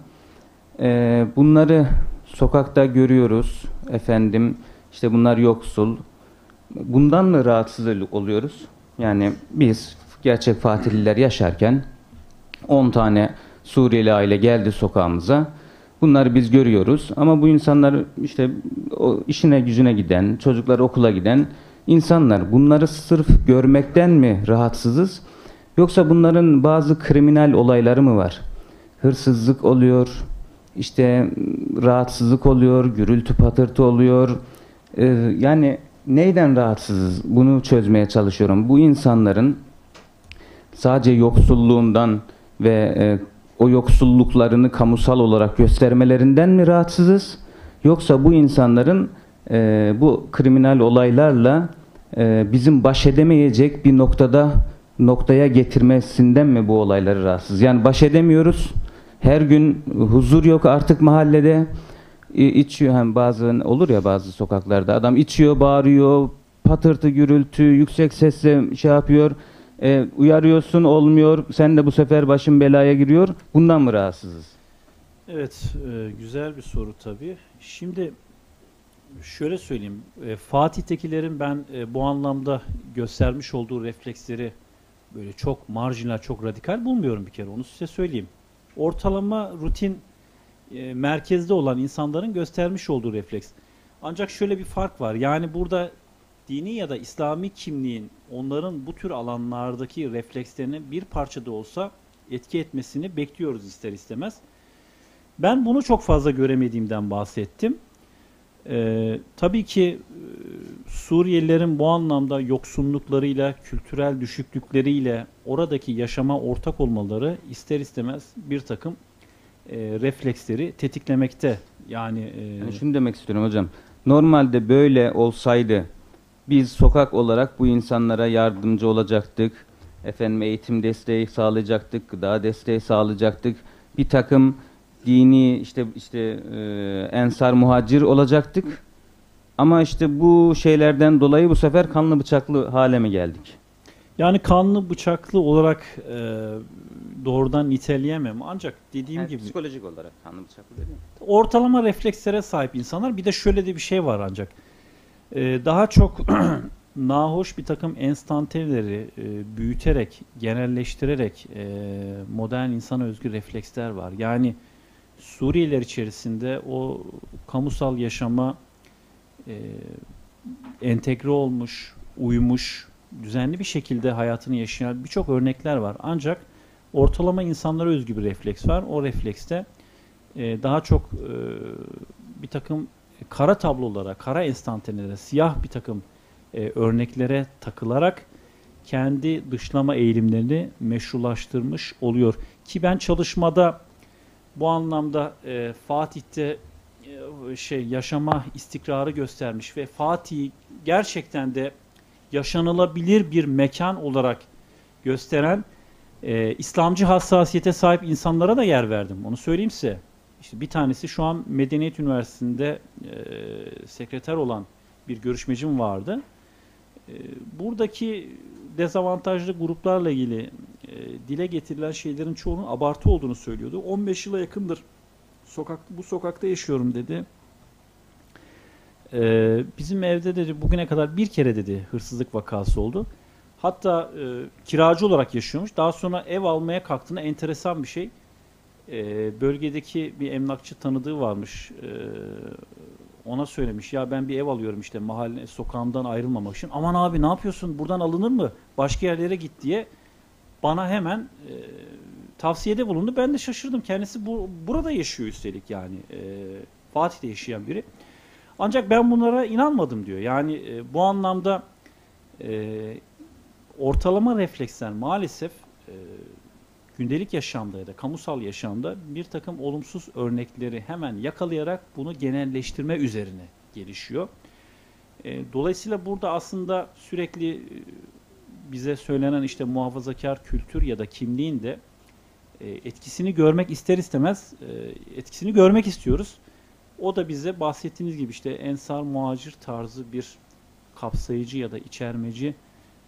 Ee, bunları sokakta görüyoruz. Efendim işte bunlar yoksul. Bundan mı rahatsız oluyoruz? Yani biz gerçek Fatihliler yaşarken on tane Suriyeli aile geldi sokağımıza. Bunları biz görüyoruz ama bu insanlar işte o işine gücüne giden, çocuklar okula giden insanlar. Bunları sırf görmekten mi rahatsızız? Yoksa bunların bazı kriminal olayları mı var? Hırsızlık oluyor, işte rahatsızlık oluyor, gürültü patırtı oluyor. Ee, yani neyden rahatsızız? Bunu çözmeye çalışıyorum. Bu insanların sadece yoksulluğundan ve e, o yoksulluklarını kamusal olarak göstermelerinden mi rahatsızız? Yoksa bu insanların e, bu kriminal olaylarla e, bizim baş edemeyecek bir noktada noktaya getirmesinden mi bu olayları rahatsız? Yani baş edemiyoruz. Her gün huzur yok artık mahallede. İ- içiyor hem bazı olur ya bazı sokaklarda adam içiyor, bağırıyor, patırtı, gürültü, yüksek sesle şey yapıyor. E, uyarıyorsun olmuyor. Sen de bu sefer başın belaya giriyor. Bundan mı rahatsızız? Evet, e, güzel bir soru tabii. Şimdi şöyle söyleyeyim. E, Fatih'tekilerin ben e, bu anlamda göstermiş olduğu refleksleri böyle çok marjinal, çok radikal bulmuyorum bir kere. Onu size söyleyeyim. Ortalama rutin e, merkezde olan insanların göstermiş olduğu refleks. Ancak şöyle bir fark var. Yani burada dini ya da İslami kimliğin onların bu tür alanlardaki reflekslerine bir parça da olsa etki etmesini bekliyoruz ister istemez. Ben bunu çok fazla göremediğimden bahsettim. Ee, tabii ki e, Suriyelilerin bu anlamda yoksunluklarıyla, kültürel düşüklükleriyle oradaki yaşama ortak olmaları ister istemez bir takım e, refleksleri tetiklemekte. Yani, e, Yani şunu demek istiyorum hocam. Normalde böyle olsaydı biz sokak olarak bu insanlara yardımcı olacaktık. Efendim eğitim desteği sağlayacaktık, gıda desteği sağlayacaktık. Bir takım dini işte işte e, ensar muhacir olacaktık. Ama işte bu şeylerden dolayı bu sefer kanlı bıçaklı hale mi geldik? yani kanlı bıçaklı olarak e, doğrudan niteleyemem. Ancak dediğim Yani gibi psikolojik olarak kanlı bıçaklı değil mi? ortalama reflekslere sahip insanlar. Bir de şöyle de bir şey var ancak. Ee, daha çok nahoş bir takım enstantaneleri e, büyüterek, genelleştirerek e, modern insana özgü refleksler var. Yani Suriyeliler içerisinde o kamusal yaşama e, entegre olmuş, uymuş, düzenli bir şekilde hayatını yaşayan birçok örnekler var. Ancak ortalama insanlara özgü bir refleks var. O reflekste e, daha çok e, bir takım kara tablolara, kara enstantanelere, siyah bir takım e, örneklere takılarak kendi dışlama eğilimlerini meşrulaştırmış oluyor. Ki ben çalışmada bu anlamda e, Fatih'te e, şey yaşama istikrarı göstermiş ve Fatih gerçekten de yaşanılabilir bir mekan olarak gösteren e, İslamcı hassasiyete sahip insanlara da yer verdim. Onu söyleyeyim size. İşte bir tanesi şu an Medeniyet Üniversitesi'nde e, sekreter olan bir görüşmecim vardı. E, buradaki dezavantajlı gruplarla ilgili e, dile getirilen şeylerin çoğunun abartı olduğunu söylüyordu. on beş yıla yakındır sokak, bu sokakta yaşıyorum dedi. E, bizim evde dedi bugüne kadar bir kere dedi hırsızlık vakası oldu. Hatta e, kiracı olarak yaşıyormuş. Daha sonra ev almaya kalktığında enteresan bir şey. E, bölgedeki bir emlakçı tanıdığı varmış. E, ona söylemiş. Ya ben bir ev alıyorum işte mahalle sokağımdan ayrılmamak için. Aman abi ne yapıyorsun? Buradan alınır mı? Başka yerlere git diye bana hemen e, tavsiyede bulundu. Ben de şaşırdım. Kendisi bu, burada yaşıyor üstelik yani. E, Fatih'te yaşayan biri. Ancak ben bunlara inanmadım diyor. Yani e, bu anlamda e, ortalama refleksler maalesef e, gündelik yaşamda ya da kamusal yaşamda bir takım olumsuz örnekleri hemen yakalayarak bunu genelleştirme üzerine gelişiyor. E, dolayısıyla burada aslında sürekli e, bize söylenen işte muhafazakar kültür ya da kimliğin de e, etkisini görmek ister istemez e, etkisini görmek istiyoruz. O da bize bahsettiğiniz gibi işte ensar muhacir tarzı bir kapsayıcı ya da içermeci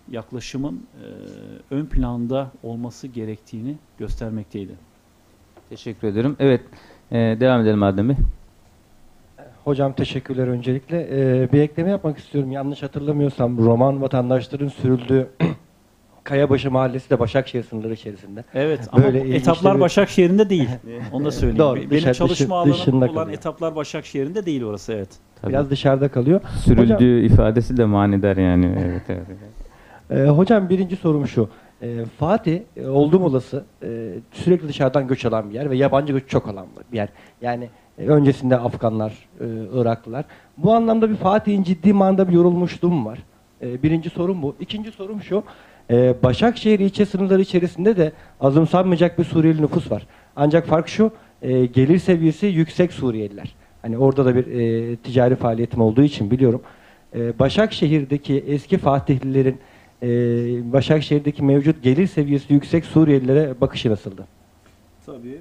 yaklaşımın e, ön planda olması gerektiğini göstermekteydi. Teşekkür ederim. Evet, e, devam edelim Adem Bey. Hocam teşekkürler öncelikle. Ee, bir ekleme yapmak istiyorum. Yanlış hatırlamıyorsam Roman vatandaşların sürüldüğü Kayabaşı Mahallesi de Başakşehir sınırları içerisinde. Evet ama Böyle bu ilginç etaplar bir- Başakşehir'inde değil. Onu da söyleyeyim. Doğru, Benim dışarı- çalışma dışı- alanım dışında olan kalıyor. etaplar Başakşehir'inde değil orası, evet. Tabii. Biraz dışarıda kalıyor. Sürüldüğü ifadesi de manidar yani. Evet, evet. Ee, hocam birinci sorum şu. Ee, Fatih e, oldum olası e, sürekli dışarıdan göç alan bir yer ve yabancı göç çok alan bir yer. Yani e, öncesinde Afganlar, e, Iraklılar. Bu anlamda bir Fatih'in ciddi manada bir yorulmuşluğu mu var? E, birinci sorum bu. İkinci sorum şu. E, Başakşehir ilçe sınırları içerisinde de azımsanmayacak bir Suriyeli nüfus var. Ancak fark şu, e, gelir seviyesi yüksek Suriyeliler. Hani orada da bir e, ticari faaliyetim olduğu için biliyorum. E, Başakşehir'deki eski Fatihlilerin e, Başakşehir'deki mevcut gelir seviyesi yüksek Suriyelilere bakışı nasıldı? Tabii.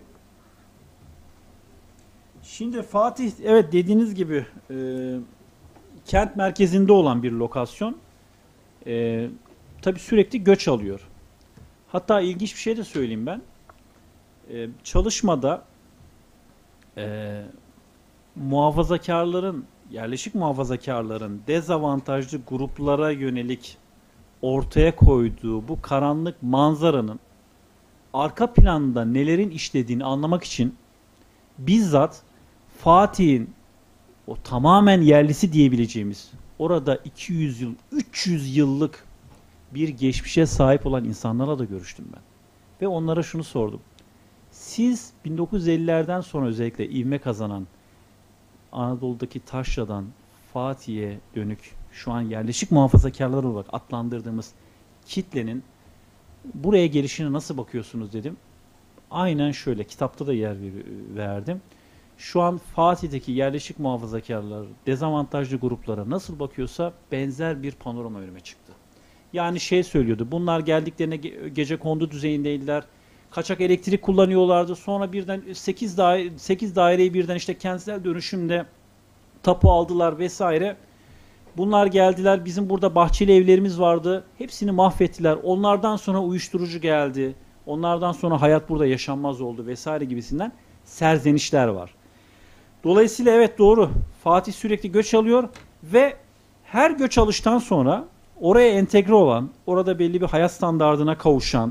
Şimdi Fatih, evet dediğiniz gibi e, kent merkezinde olan bir lokasyon. E, tabii sürekli göç alıyor. Hatta ilginç bir şey de söyleyeyim ben. E, çalışmada e, muhafazakarların, yerleşik muhafazakarların dezavantajlı gruplara yönelik ortaya koyduğu bu karanlık manzaranın arka planda nelerin işlediğini anlamak için bizzat Fatih'in o tamamen yerlisi diyebileceğimiz orada iki yüz yıl, üç yüz yıllık bir geçmişe sahip olan insanlarla da görüştüm ben. Ve onlara şunu sordum. Siz bin dokuz yüz ellilerden sonra özellikle ivme kazanan Anadolu'daki Taşra'dan Fatih'e dönük şu an yerleşik muhafazakarlar olarak adlandırdığımız kitlenin buraya gelişine nasıl bakıyorsunuz dedim. Aynen şöyle, kitapta da yer verdim. Şu an Fatih'teki yerleşik muhafazakarlar dezavantajlı gruplara nasıl bakıyorsa benzer bir panorama önüme çıktı. Yani şey söylüyordu, bunlar geldiklerine ge- gecekondu düzeyindeydiler. Kaçak elektrik kullanıyorlardı. Sonra birden sekiz daire, sekiz daireyi birden işte kentsel dönüşümde tapu aldılar vesaire. Bunlar geldiler, bizim burada bahçeli evlerimiz vardı. Hepsini mahvettiler. Onlardan sonra uyuşturucu geldi. Onlardan sonra hayat burada yaşanmaz oldu vesaire gibisinden serzenişler var. Dolayısıyla evet doğru. Fatih sürekli göç alıyor ve her göç alıştan sonra oraya entegre olan, orada belli bir hayat standardına kavuşan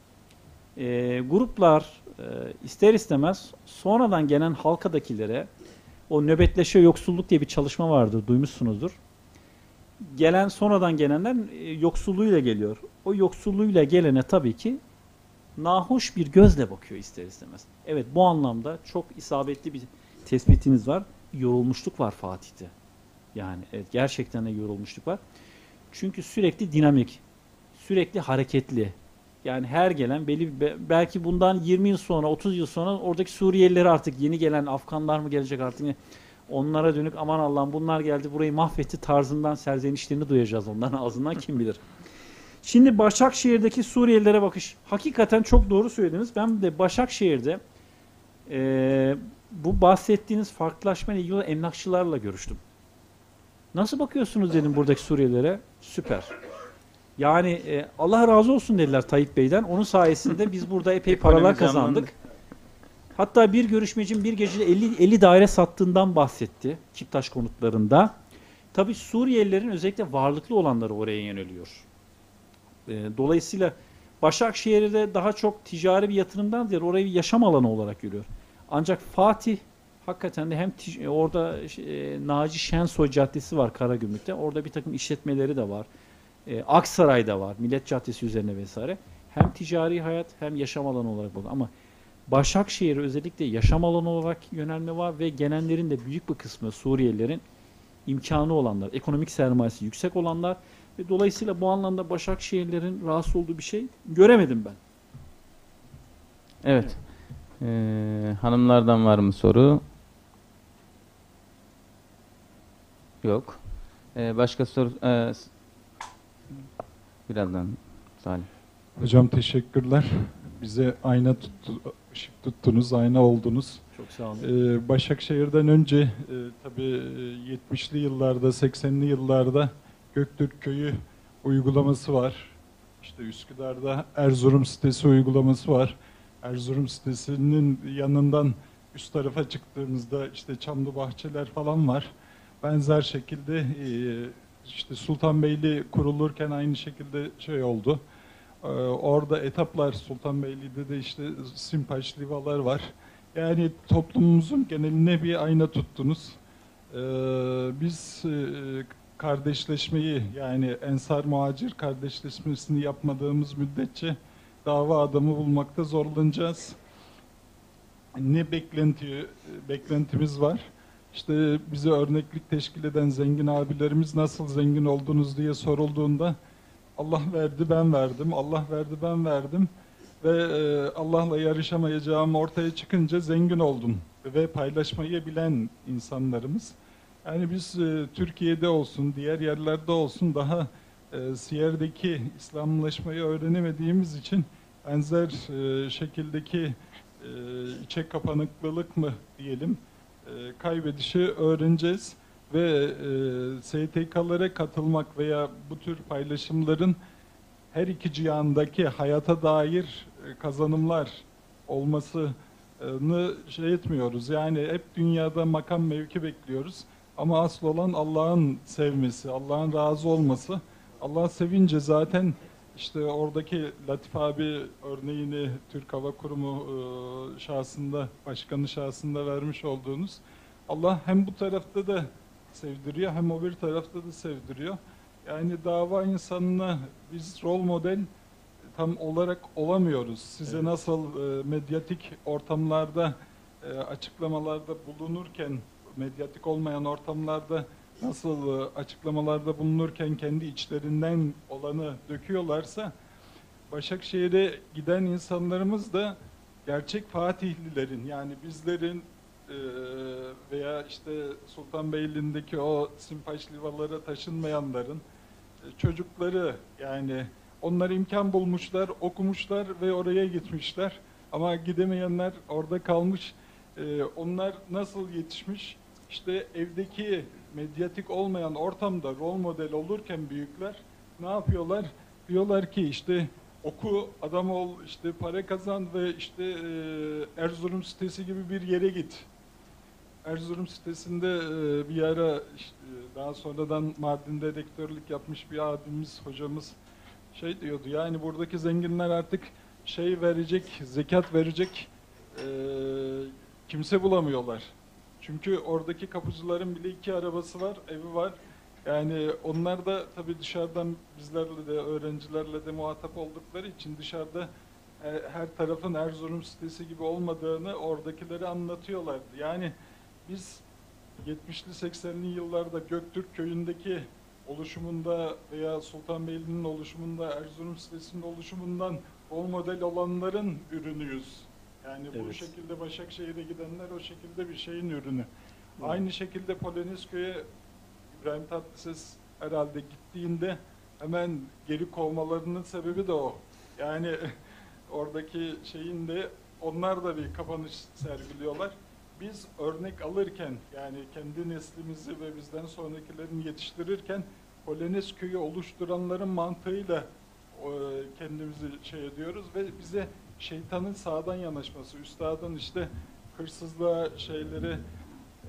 e, gruplar e, ister istemez sonradan gelen halkadakilere, o nöbetleşe yoksulluk diye bir çalışma vardır, duymuşsunuzdur. Gelen sonradan gelenler e, yoksulluğuyla geliyor. O yoksulluğuyla gelene tabii ki nahoş bir gözle bakıyor ister istemez. Evet, bu anlamda çok isabetli bir tespitiniz var. Yorulmuşluk var Fatih'te. Yani evet, gerçekten de yorulmuşluk var. Çünkü sürekli dinamik, sürekli hareketli. Yani her gelen belli bir, belki bundan yirmi yıl sonra, otuz yıl sonra oradaki Suriyelileri artık yeni gelen Afganlar mı gelecek artık, onlara dönük aman Allah'ım bunlar geldi burayı mahvetti tarzından serzenişlerini duyacağız onların ağzından, kim bilir. Şimdi Başakşehir'deki Suriyelilere bakış. Hakikaten çok doğru söylediniz. Ben de Başakşehir'de e, bu bahsettiğiniz farklılaşmayla ilgili emlakçılarla görüştüm. Nasıl bakıyorsunuz dedim buradaki Suriyelilere. Süper. Yani e, Allah razı olsun dediler Tayyip Bey'den. Onun sayesinde biz burada epey paralar kazandık. Hatta bir görüşmecim bir gecede elli, elli daire sattığından bahsetti Kiptaş konutlarında. Tabii Suriyelilerin özellikle varlıklı olanları oraya yöneliyor. E, dolayısıyla Başakşehir'de daha çok ticari bir yatırımdan ziyade orayı bir yaşam alanı olarak görüyor. Ancak Fatih hakikaten de hem tic- orada e, Naci Şensoy Caddesi var Karagümrük'te. Orada bir takım işletmeleri de var. E, Aksaray'da var. Millet Caddesi üzerine vesaire. Hem ticari hayat hem yaşam alanı olarak bakıyor. Ama Başakşehir özellikle yaşam alanı olarak yönelme var ve gelenlerin de büyük bir kısmı Suriyelilerin imkanı olanlar, ekonomik sermayesi yüksek olanlar ve dolayısıyla bu anlamda Başakşehirlerin rahatsız olduğu bir şey göremedim ben. Evet. Ee, hanımlardan var mı soru? Yok. Ee, başka soru? Ee, birazdan Salih. Hocam teşekkürler. Bize ayna tuttu, ışık tuttunuz, ayna oldunuz. Çok sağ olun. Ee, Başakşehir'den önce e, tabii yetmişli yıllarda, seksenli yıllarda Göktürk Köyü uygulaması var. İşte Üsküdar'da Erzurum sitesi uygulaması var. Erzurum sitesinin yanından üst tarafa çıktığımızda işte çamlı bahçeler falan var. Benzer şekilde e, işte Sultanbeyli kurulurken aynı şekilde şey oldu. E, orada etaplar, Sultanbeyli'de de işte Simpaş, Livalar var. Yani toplumumuzun geneline bir ayna tuttunuz. E, biz e, kardeşleşmeyi, yani ensar muhacir kardeşleşmesini yapmadığımız müddetçe dava adamı bulmakta zorlanacağız. Ne beklenti beklentimiz var? İşte bize örneklik teşkil eden zengin abilerimiz nasıl zengin oldunuz diye sorulduğunda Allah verdi ben verdim, Allah verdi ben verdim ve e, Allah'la yarışamayacağım ortaya çıkınca zengin oldum ve paylaşmayı bilen insanlarımız. Yani biz e, Türkiye'de olsun, diğer yerlerde olsun daha e, Siyer'deki İslamlaşmayı öğrenemediğimiz için benzer e, şekildeki e, içe kapanıklılık mı diyelim, e, kaybedişi öğreneceğiz ve e, S T K'lara katılmak veya bu tür paylaşımların her iki cihandaki hayata dair e, kazanımlar olmasını şey etmiyoruz. Yani hep dünyada makam mevki bekliyoruz. Ama asıl olan Allah'ın sevmesi, Allah'ın razı olması. Allah sevince zaten işte oradaki Latif abi örneğini Türk Hava Kurumu e, şahsında, başkanı şahsında vermiş olduğunuz, Allah hem bu tarafta da sevdiriyor hem o bir tarafta da sevdiriyor. Yani dava insanına biz rol model tam olarak olamıyoruz. Size Evet. nasıl e, medyatik ortamlarda e, açıklamalarda bulunurken, medyatik olmayan ortamlarda nasıl e, açıklamalarda bulunurken kendi içlerinden olanı döküyorlarsa, Başakşehir'e giden insanlarımız da gerçek Fatihlilerin, yani bizlerin e, veya işte Sultanbeyli'ndeki o Simpaş livalara taşınmayanların e, çocukları, yani onlar imkan bulmuşlar, okumuşlar ve oraya gitmişler. Ama gidemeyenler orada kalmış. E, onlar nasıl yetişmiş? İşte evdeki medyatik olmayan ortamda rol model olurken büyükler ne yapıyorlar? Diyorlar ki işte oku, adam ol, işte para kazan ve işte e, Erzurum sitesi gibi bir yere git. Erzurum sitesinde e, bir ara işte, daha sonradan Mardin'de rektörlük yapmış bir abimiz, hocamız şey diyordu, yani buradaki zenginler artık şey verecek, zekat verecek e, kimse bulamıyorlar. Çünkü oradaki kapıcıların bile iki arabası var, evi var. Yani onlar da tabii dışarıdan bizlerle de, öğrencilerle de muhatap oldukları için dışarıda e, her tarafın Erzurum sitesi gibi olmadığını oradakilere anlatıyorlardı. Yani biz yetmişli seksenli yıllarda Göktürk köyündeki oluşumunda veya Sultanbeyli'nin oluşumunda, Erzurum sitesinin oluşumundan rol model olanların ürünüyüz. Yani bu Evet. şekilde Başakşehir'e gidenler o şekilde bir şeyin ürünü. Evet. Aynı şekilde Polonezköy'e İbrahim Tatlıses herhalde gittiğinde hemen geri kovmalarının sebebi de o. Yani oradaki şeyin de, onlar da bir kapanış sergiliyorlar. Biz örnek alırken, yani kendi neslimizi ve bizden sonrakilerini yetiştirirken Polonezköy'ü oluşturanların mantığıyla e, kendimizi şey ediyoruz ve bize şeytanın sağdan yanaşması, üstadın işte hırsızlığa, şeyleri e,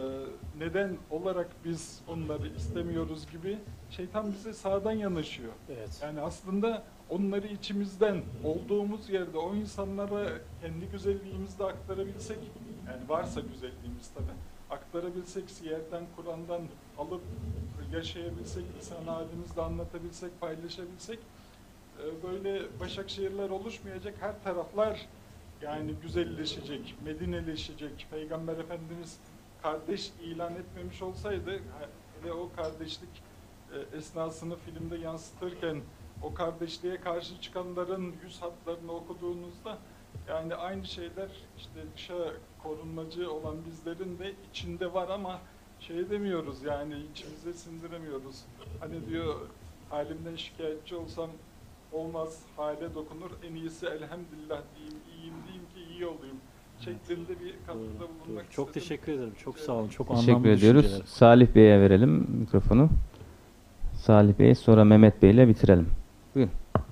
neden olarak biz onları istemiyoruz gibi şeytan bize sağdan yanaşıyor. Evet. Yani aslında onları içimizden olduğumuz yerde o insanlara kendi güzelliğimizi de aktarabilsek, yani varsa güzelliğimiz tabii, aktarabilsek, Siyer'den, Kur'an'dan alıp yaşayabilsek, lisan halimizle anlatabilsek, paylaşabilsek, böyle Başakşehirler oluşmayacak, her taraflar yani güzelleşecek, Medineleşecek. Peygamber Efendimiz kardeş ilan etmemiş olsaydı, hele o kardeşlik esnasını filmde yansıtırken o kardeşliğe karşı çıkanların yüz hatlarını okuduğunuzda, yani aynı şeyler işte dışa korunmacı olan bizlerin de içinde var ama şey demiyoruz, yani içimize sindiremiyoruz. Hani diyor, halimden şikayetçi olsam olmaz, hale dokunur, en iyisi elhamdülillah diyeyim, iyiyim diyeyim ki iyi olayım şeklinde bir katkıda bulunmak istedim. Çok teşekkür ederim. Çok sağ olun. Çok Teşekkür anlamlı ediyoruz. düşünceler. Salih Bey'e verelim mikrofonu. Salih Bey, sonra Mehmet Bey ile bitirelim. Buyurun.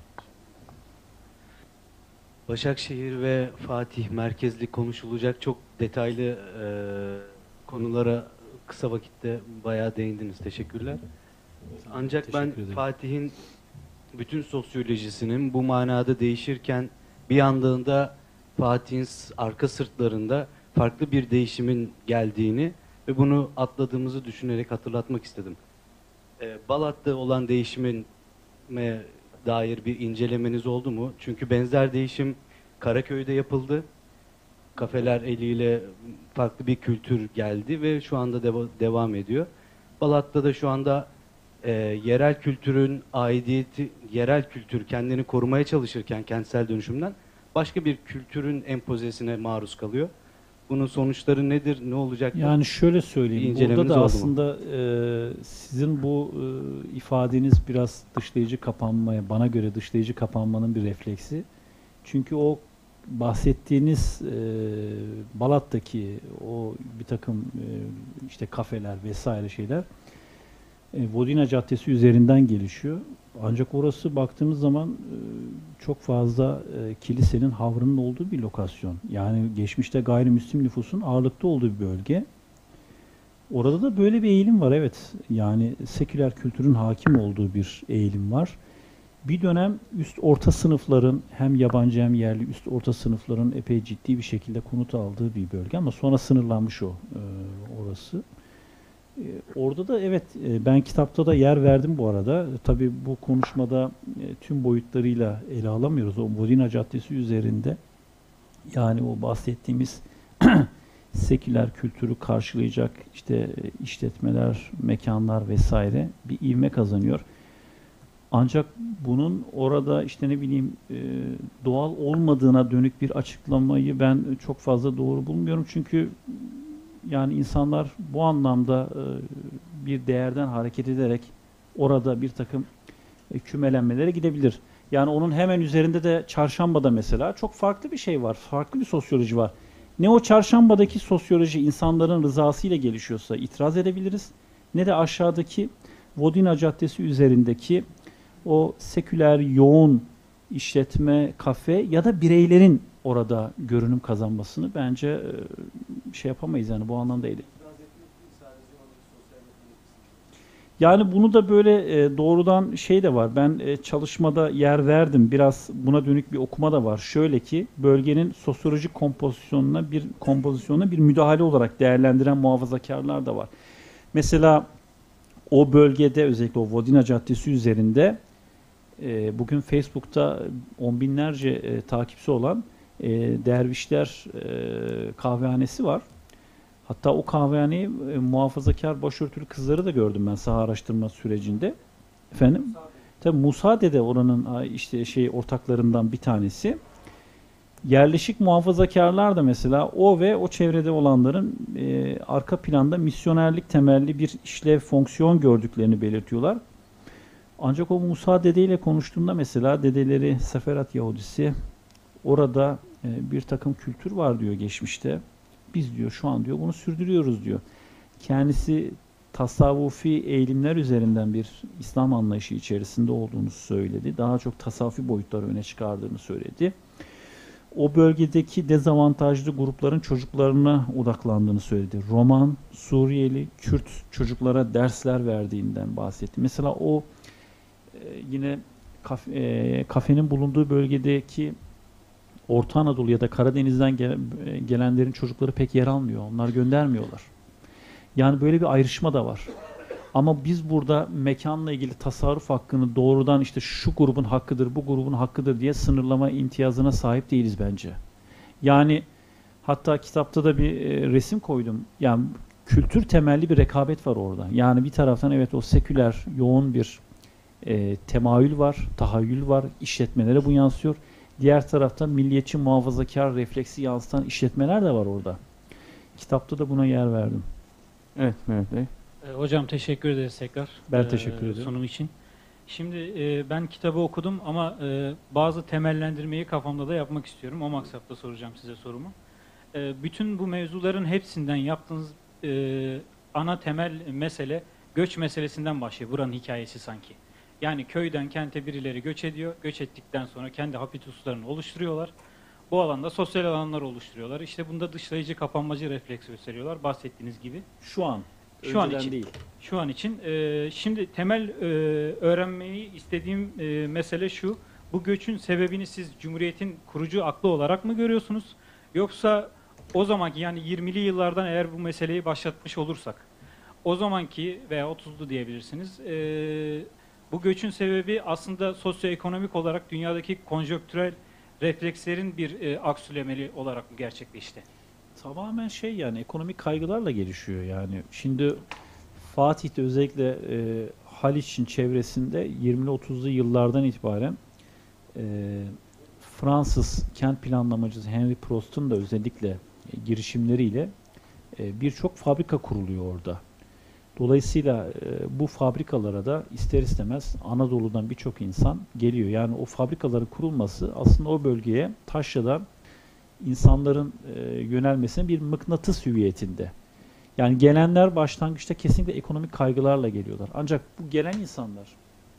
Başakşehir ve Fatih merkezli konuşulacak çok detaylı e, konulara kısa vakitte bayağı değindiniz. Teşekkürler. Ancak Teşekkür ben ederim. Fatih'in bütün sosyolojisinin bu manada değişirken bir yandan da Fatih'in s- arka sırtlarında farklı bir değişimin geldiğini ve bunu atladığımızı düşünerek hatırlatmak istedim. E, Balat'ta olan değişimin me- dair bir incelemeniz oldu mu? Çünkü benzer değişim Karaköy'de yapıldı. Kafeler eliyle farklı bir kültür geldi ve şu anda deva- devam ediyor. Balat'ta da şu anda e, yerel kültürün aidiyeti, yerel kültür kendini korumaya çalışırken kentsel dönüşümden başka bir kültürün empozesine maruz kalıyor. Bunun sonuçları nedir, ne olacak? Yani şöyle Bir söyleyeyim. incelemeniz Burada da oldu mu? aslında e, sizin bu e, ifadeniz biraz dışlayıcı kapanmaya, bana göre dışlayıcı kapanmanın bir refleksi. Çünkü o bahsettiğiniz e, Balat'taki o bir takım e, işte kafeler vesaire şeyler e, Vodina Caddesi üzerinden gelişiyor. Ancak orası baktığımız zaman e, çok fazla e, kilisenin havrının olduğu bir lokasyon. Yani geçmişte gayrimüslim nüfusun ağırlıkta olduğu bir bölge. Orada da böyle bir eğilim var, evet. Yani seküler kültürün hakim olduğu bir eğilim var. Bir dönem üst orta sınıfların hem yabancı hem yerli üst orta sınıfların epey ciddi bir şekilde konut aldığı bir bölge ama sonra sınırlanmış o e, orası. E, orada da evet e, ben kitapta da yer verdim bu arada. E, tabii bu konuşmada e, tüm boyutlarıyla ele alamıyoruz. O Vodina Caddesi üzerinde yani o bahsettiğimiz seküler kültürü karşılayacak işte e, işletmeler, mekanlar vesaire bir ivme kazanıyor. Ancak bunun orada işte ne bileyim e, doğal olmadığına dönük bir açıklamayı ben çok fazla doğru bulmuyorum. Çünkü yani insanlar bu anlamda e, bir değerden hareket ederek orada bir takım e, kümelenmelere gidebilir. Yani onun hemen üzerinde de Çarşamba'da mesela çok farklı bir şey var. Farklı bir sosyoloji var. Ne o Çarşamba'daki sosyoloji insanların rızasıyla gelişiyorsa itiraz edebiliriz. Ne de aşağıdaki Vodina Caddesi üzerindeki o seküler, yoğun işletme, kafe ya da bireylerin orada görünüm kazanmasını bence e, şey yapamayız yani bu anlamda değil. Yani bunu da böyle e, doğrudan şey de var. Ben e, çalışmada yer verdim. Biraz buna dönük bir okuma da var. Şöyle ki bölgenin sosyolojik kompozisyonuna bir kompozisyonuna bir müdahale olarak değerlendiren muhafazakarlar da var. Mesela o bölgede özellikle o Vodina Caddesi üzerinde e, bugün Facebook'ta on binlerce e, takipçisi olan e, Dervişler e, kahvehanesi var. Hatta o kahvehaneyi e, muhafazakar başörtülü kızları da gördüm ben saha araştırma sürecinde. Efendim? Tabii Musa Dede oranın işte şey ortaklarından bir tanesi. Yerleşik muhafazakarlar da mesela o ve o çevrede olanların e, arka planda misyonerlik temelli bir işlev, fonksiyon gördüklerini belirtiyorlar. Ancak o Musa Dede ile konuştuğumda mesela dedeleri Seferat Yahudisi orada e, bir takım kültür var diyor geçmişte. Biz diyor şu an diyor bunu sürdürüyoruz diyor. Kendisi tasavvufi eğilimler üzerinden bir İslam anlayışı içerisinde olduğunu söyledi. Daha çok tasavvufi boyutları öne çıkardığını söyledi. O bölgedeki dezavantajlı grupların çocuklarına odaklandığını söyledi. Roman, Suriyeli, Kürt çocuklara dersler verdiğinden bahsetti. Mesela o e, yine kafe, e, kafenin bulunduğu bölgedeki Orta Anadolu ya da Karadeniz'den gel, gelenlerin çocukları pek yer almıyor. Onlar göndermiyorlar. Yani böyle bir ayrışma da var. Ama biz burada mekanla ilgili tasarruf hakkını doğrudan işte şu grubun hakkıdır, bu grubun hakkıdır diye sınırlama imtiyazına sahip değiliz bence. Yani hatta kitapta da bir e, resim koydum. Yani kültür temelli bir rekabet var orada. Yani bir taraftan evet o seküler, yoğun bir e, temayül var, tahayyül var, işletmelere bu yansıyor. Diğer taraftan milliyetçi muhafazakar refleksi yansıtan işletmeler de var orada. Kitapta da buna yer verdim. Evet Mehmet Bey. E, Hocam teşekkür ederiz tekrar. Ben e, teşekkür ederim. Sunum için. Şimdi e, ben kitabı okudum ama e, bazı temellendirmeyi kafamda da yapmak istiyorum. O maksatla soracağım size sorumu. E, bütün bu mevzuların hepsinden yaptığınız e, ana temel mesele göç meselesinden başlıyor buranın hikayesi sanki. Yani köyden kente birileri göç ediyor. Göç ettikten sonra kendi habituslarını oluşturuyorlar. Bu alanda sosyal alanlar oluşturuyorlar. İşte bunda dışlayıcı, kapanmacı refleks gösteriyorlar bahsettiğiniz gibi. Şu an. Şu an önceden için. değil. Şu an için. E, şimdi temel e, öğrenmeyi istediğim e, mesele şu. Bu göçün sebebini siz Cumhuriyet'in kurucu aklı olarak mı görüyorsunuz? Yoksa o zamanki yani yirmili yıllardan eğer bu meseleyi başlatmış olursak o zamanki veya otuzlu diyebilirsiniz. E, bu göçün sebebi aslında sosyoekonomik olarak dünyadaki konjonktürel reflekslerin bir e, aksülemeli olarak mı gerçekleşti? Tamamen şey yani ekonomik kaygılarla gelişiyor yani. Şimdi Fatih'te özellikle e, Haliç'in çevresinde yirmili otuzlu yıllardan itibaren e, Fransız kent planlamacısı Henry Prost'un da özellikle e, girişimleriyle e, birçok fabrika kuruluyor orada. Dolayısıyla e, bu fabrikalara da ister istemez Anadolu'dan birçok insan geliyor. Yani o fabrikaların kurulması aslında o bölgeye taşradan insanların e, yönelmesine bir mıknatıs hüviyetinde. Yani gelenler başlangıçta kesinlikle ekonomik kaygılarla geliyorlar. Ancak bu gelen insanlar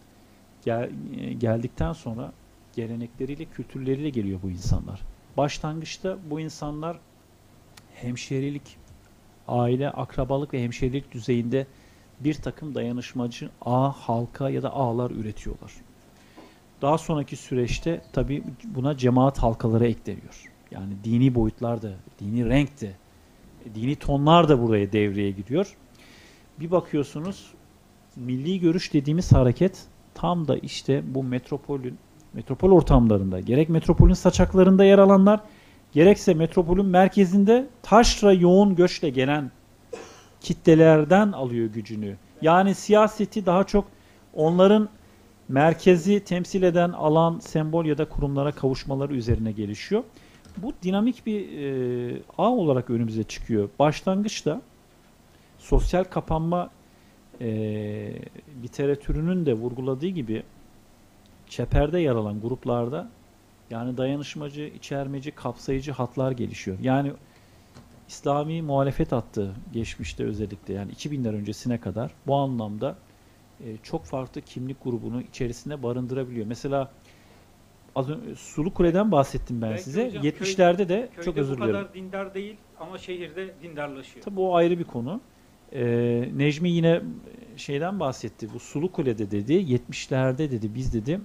gel, e, geldikten sonra gelenekleriyle, kültürleriyle geliyor bu insanlar. Başlangıçta bu insanlar hemşehrilik, aile, akrabalık ve hemşehrilik düzeyinde bir takım dayanışmacı ağ, halka ya da ağlar üretiyorlar. Daha sonraki süreçte tabii buna cemaat halkaları ekleniyor. Yani dini boyutlar da, dini renk de, dini tonlar da buraya devreye giriyor. Bir bakıyorsunuz milli görüş dediğimiz hareket tam da işte bu metropolün, metropol ortamlarında, gerek metropolün saçaklarında yer alanlar, gerekse metropolün merkezinde taşra yoğun göçle gelen kitlelerden alıyor gücünü. Yani siyaseti daha çok onların merkezi temsil eden alan, sembol ya da kurumlara kavuşmaları üzerine gelişiyor. Bu dinamik bir e, ağ olarak önümüze çıkıyor. Başlangıçta sosyal kapanma e, literatürünün de vurguladığı gibi çeperde yer alan gruplarda yani dayanışmacı, içermeci, kapsayıcı hatlar gelişiyor. Yani İslami muhalefet hattı geçmişte özellikle yani iki binler öncesine kadar bu anlamda e, çok farklı kimlik grubunu içerisinde barındırabiliyor. Mesela az önce Sulu Kule'den bahsettim ben Belki size. hocam, yetmişlerde de köyde çok özür bu dilerim. kadar dindar değil ama şehirde dindarlaşıyor. Tabii o ayrı bir konu. Ee, Necmi yine şeyden bahsetti. Bu Sulu Kule'de dedi, yetmişlerde dedi biz dedi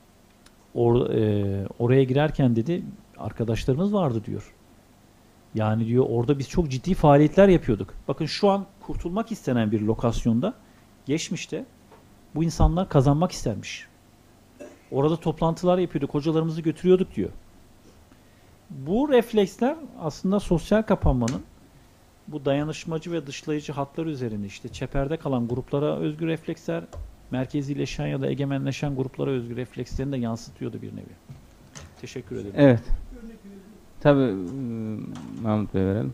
or, e, oraya girerken dedi arkadaşlarımız vardı diyor. Yani diyor orada biz çok ciddi faaliyetler yapıyorduk. Bakın şu an kurtulmak istenen bir lokasyonda geçmişte bu insanlar kazanmak istermiş. Orada toplantılar yapıyorduk, hocalarımızı götürüyorduk diyor. Bu refleksler aslında sosyal kapanmanın bu dayanışmacı ve dışlayıcı hatlar üzerinde işte çeperde kalan gruplara özgü refleksler, merkezileşen ya da egemenleşen gruplara özgü reflekslerini de yansıtıyordu bir nevi. Teşekkür ederim. Evet. Tabii Mahmut Bey verelim.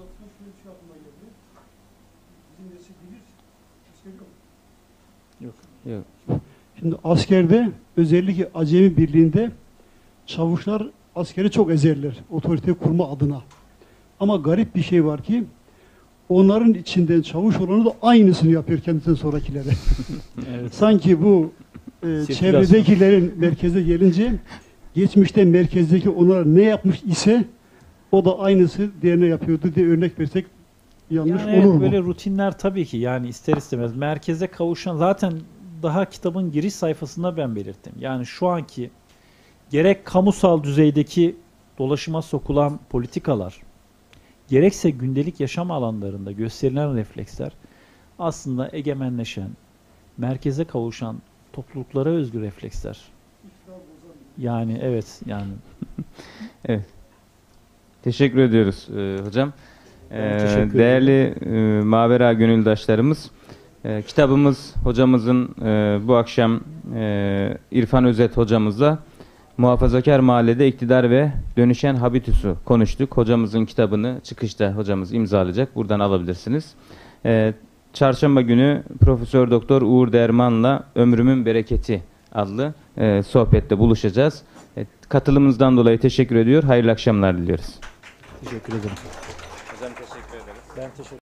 Yok. Yok. Şimdi askerde özellikle Acemi Birliği'nde çavuşlar askeri çok ezerler otorite kurma adına. Ama garip bir şey var ki onların içinden çavuş olanı da aynısını yapıyor kendisinden sonrakilere. Evet. Sanki bu e, çevredekilerin merkeze gelince geçmişte merkezdeki onlara ne yapmış ise o da aynısı diğerine yapıyordu diye örnek versek yanlış yani olur evet, mu? böyle rutinler tabii ki yani ister istemez merkeze kavuşan zaten daha kitabın giriş sayfasında ben belirttim. Yani şu anki gerek kamusal düzeydeki dolaşıma sokulan politikalar, gerekse gündelik yaşam alanlarında gösterilen refleksler aslında egemenleşen, merkeze kavuşan topluluklara özgü refleksler. Yani evet yani. Evet. Teşekkür ediyoruz e, hocam. E, teşekkür değerli e, Mavera gönüldaşlarımız, e, kitabımız hocamızın e, bu akşam e, İrfan Özet hocamızla Muhafazakar Mahallede İktidar ve Dönüşen Habitusu konuştuk. Hocamızın kitabını çıkışta hocamız imzalayacak. Buradan alabilirsiniz. E, çarşamba günü Profesör Doktor Uğur Derman'la Ömrümün Bereketi adlı e, sohbette buluşacağız. E, katılımınızdan dolayı teşekkür ediyor. Hayırlı akşamlar diliyoruz. Teşekkür ederim. Hocam teşekkür ederiz. Ben teşekkür